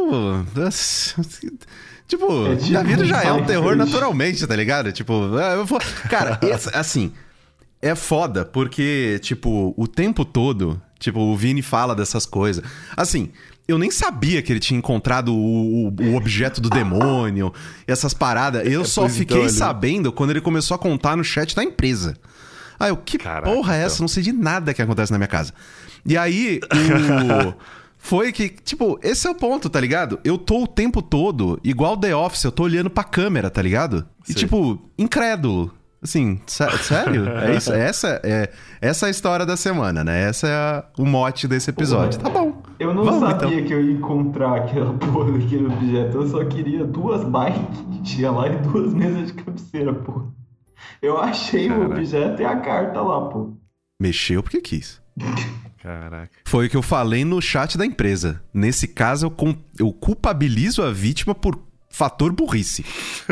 Tipo, É tipo a vida já é um Pai terror Fish. naturalmente, tá ligado? Tipo, eu vou... Cara, esse, assim, é foda porque, tipo, o tempo todo, tipo, o Vini fala dessas coisas. Assim, eu nem sabia que ele tinha encontrado o, o, o objeto do demônio, essas paradas. Eu É, só pois fiquei então, ele- sabendo quando ele começou a contar no chat da empresa. Aí eu, que Caraca, porra é então. essa? Não sei de nada que acontece na minha casa. E aí, o... Foi que, tipo, esse é o ponto, tá ligado? Eu tô o tempo todo, igual The Office, eu tô olhando pra câmera, tá ligado? E, Sei. tipo, incrédulo. Assim, sé- sério? É isso? Essa é, essa é a história da semana, né? Essa é a- o mote desse episódio. Tá bom. Eu não Vamos, sabia então. que eu ia encontrar aquela porra daquele objeto. Eu só queria duas bikes que tinha lá e duas mesas de cabeceira, pô. Eu achei o Caraca. objeto e a carta lá, pô. Mexeu porque quis. Caraca. Foi o que eu falei no chat da empresa. Nesse caso, eu, com- eu culpabilizo a vítima por fator burrice.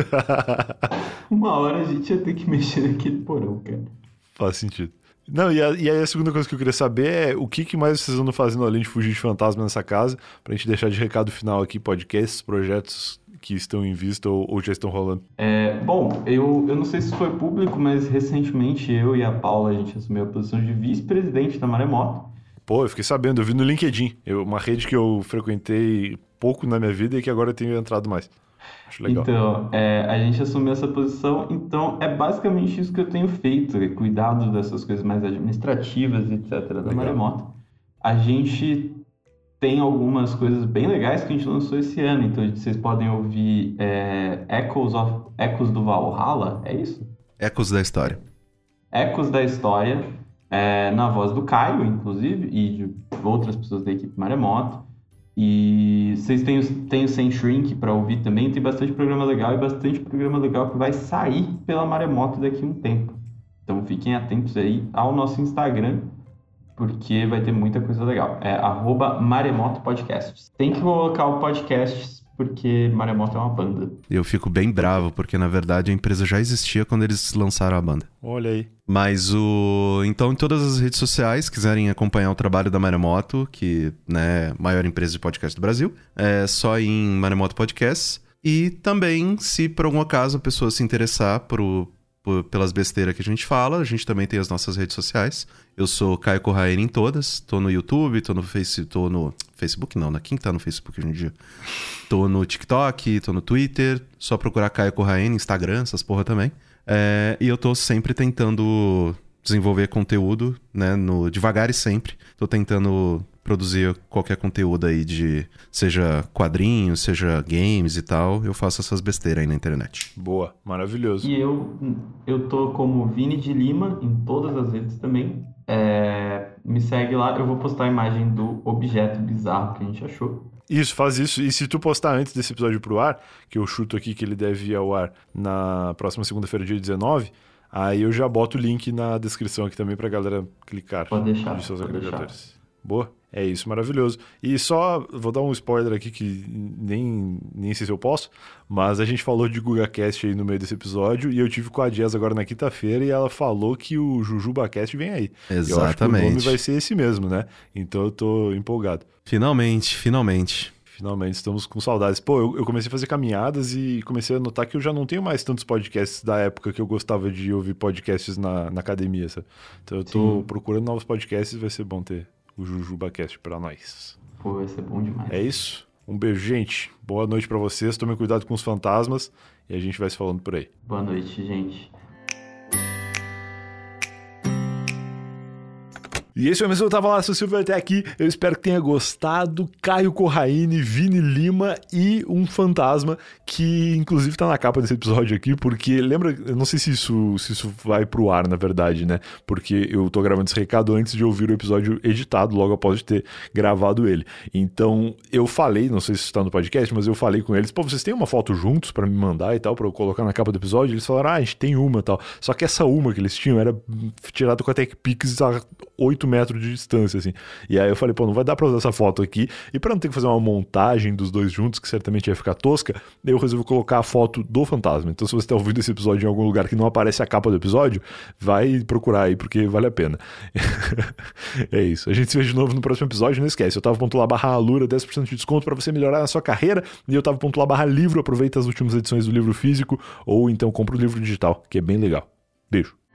Uma hora a gente ia ter que mexer naquele porão, cara. Faz sentido. Não, e, a- e aí a segunda coisa que eu queria saber é o que, que mais vocês andam fazendo além de fugir de fantasma nessa casa, pra gente deixar de recado final aqui, podcasts, projetos que estão em vista ou, ou já estão rolando. É, bom, eu, eu não sei se foi público, mas recentemente eu e a Paula, a gente assumiu a posição de vice-presidente da Maremoto. Pô, eu fiquei sabendo, eu vi no LinkedIn, eu, uma rede que eu frequentei pouco na minha vida e que agora eu tenho entrado mais. Acho legal. Então, é, a gente assumiu essa posição, então é basicamente isso que eu tenho feito, é cuidado dessas coisas mais administrativas, etcétera, da Legal. Maremoto. A gente tem algumas coisas bem legais que a gente lançou esse ano, então vocês podem ouvir é, Echoes, of, Echoes do Valhalla, é isso? Ecos da história. Ecos da História, é, na voz do Caio, inclusive, e de outras pessoas da equipe Maremoto. E vocês têm, o- têm o Sem Shrink para ouvir também, tem bastante programa legal e bastante programa legal que vai sair pela Maremoto daqui a um tempo. Então fiquem atentos aí ao nosso Instagram, porque vai ter muita coisa legal. É arroba Maremoto Podcasts. Tem que colocar o podcast porque Maremoto é uma banda. Eu fico bem bravo, porque na verdade a empresa já existia quando eles lançaram a banda. Olha aí. Mas o... Então, em todas as redes sociais, quiserem acompanhar o trabalho da Maremoto, que, né, maior empresa de podcast do Brasil, é só ir em Maremoto Podcasts. E também, se por algum acaso a pessoa se interessar por, por, pelas besteiras que a gente fala, a gente também tem as nossas redes sociais. Eu sou Caio Corraine em todas. Tô no YouTube, tô no Face, tô no Facebook, não, né? Quem tá no Facebook hoje em dia? Tô no TikTok, tô no Twitter. Só procurar Caio Corraine, Instagram, essas porra também. É, e eu tô sempre tentando desenvolver conteúdo, né? No, devagar e sempre. Tô tentando produzir qualquer conteúdo aí de... Seja quadrinhos, seja games e tal. Eu faço essas besteiras aí na internet. Boa, maravilhoso. E eu, eu tô como Vini de Lima em todas as redes também. É, me segue lá, eu vou postar a imagem do objeto bizarro que a gente achou. Isso, faz isso. E se tu postar antes desse episódio pro ar, que eu chuto aqui que ele deve ir ao ar na próxima segunda-feira, dia dezenove, aí eu já boto o link na descrição aqui também pra galera clicar. Pode deixar, de seus pode agregadores. deixar. Boa. É isso, maravilhoso. E só, vou dar um spoiler aqui que nem, nem sei se eu posso, mas a gente falou de GugaCast aí no meio desse episódio e eu tive com a Jazz agora na quinta-feira e ela falou que o JujubaCast vem aí. Exatamente. Eu acho que o nome vai ser esse mesmo, né? Então eu tô empolgado. Finalmente, finalmente. Finalmente, estamos com saudades. Pô, eu, eu comecei a fazer caminhadas e comecei a notar que eu já não tenho mais tantos podcasts da época que eu gostava de ouvir podcasts na, na academia, sabe? Então eu tô Sim. procurando novos podcasts e vai ser bom ter o JujubaCast pra nós. Pô, vai ser bom demais. É isso? Um beijo, gente. Boa noite pra vocês. Tomem cuidado com os fantasmas e a gente vai se falando por aí. Boa noite, gente. E esse foi mais um Eu Tava Lá, seu Silvio até aqui. Eu espero que tenha gostado. Caio Corraine, Vini Lima e um fantasma que inclusive tá na capa desse episódio aqui, porque lembra, eu não sei se isso, se isso vai pro ar, na verdade, né? Porque eu tô gravando esse recado antes de ouvir o episódio editado, logo após de ter gravado ele. Então, eu falei, não sei se isso tá no podcast, mas eu falei com eles, pô, vocês têm uma foto juntos pra me mandar e tal, pra eu colocar na capa do episódio? Eles falaram, ah, a gente tem uma e tal. Só que essa uma que eles tinham era tirada com a TechPix a oito metros de distância, assim. E aí eu falei, pô, não vai dar pra usar essa foto aqui. E pra não ter que fazer uma montagem dos dois juntos, que certamente ia ficar tosca, eu resolvi colocar a foto do fantasma. Então se você tá ouvindo esse episódio em algum lugar que não aparece a capa do episódio, vai procurar aí, porque vale a pena. É isso. A gente se vê de novo no próximo episódio. Não esquece, eu tava ponto lá barra Alura, dez por cento de desconto pra você melhorar na sua carreira. E eu tava ponto lá barra livro, aproveita as últimas edições do livro físico, ou então compra o livro digital, que é bem legal. Beijo.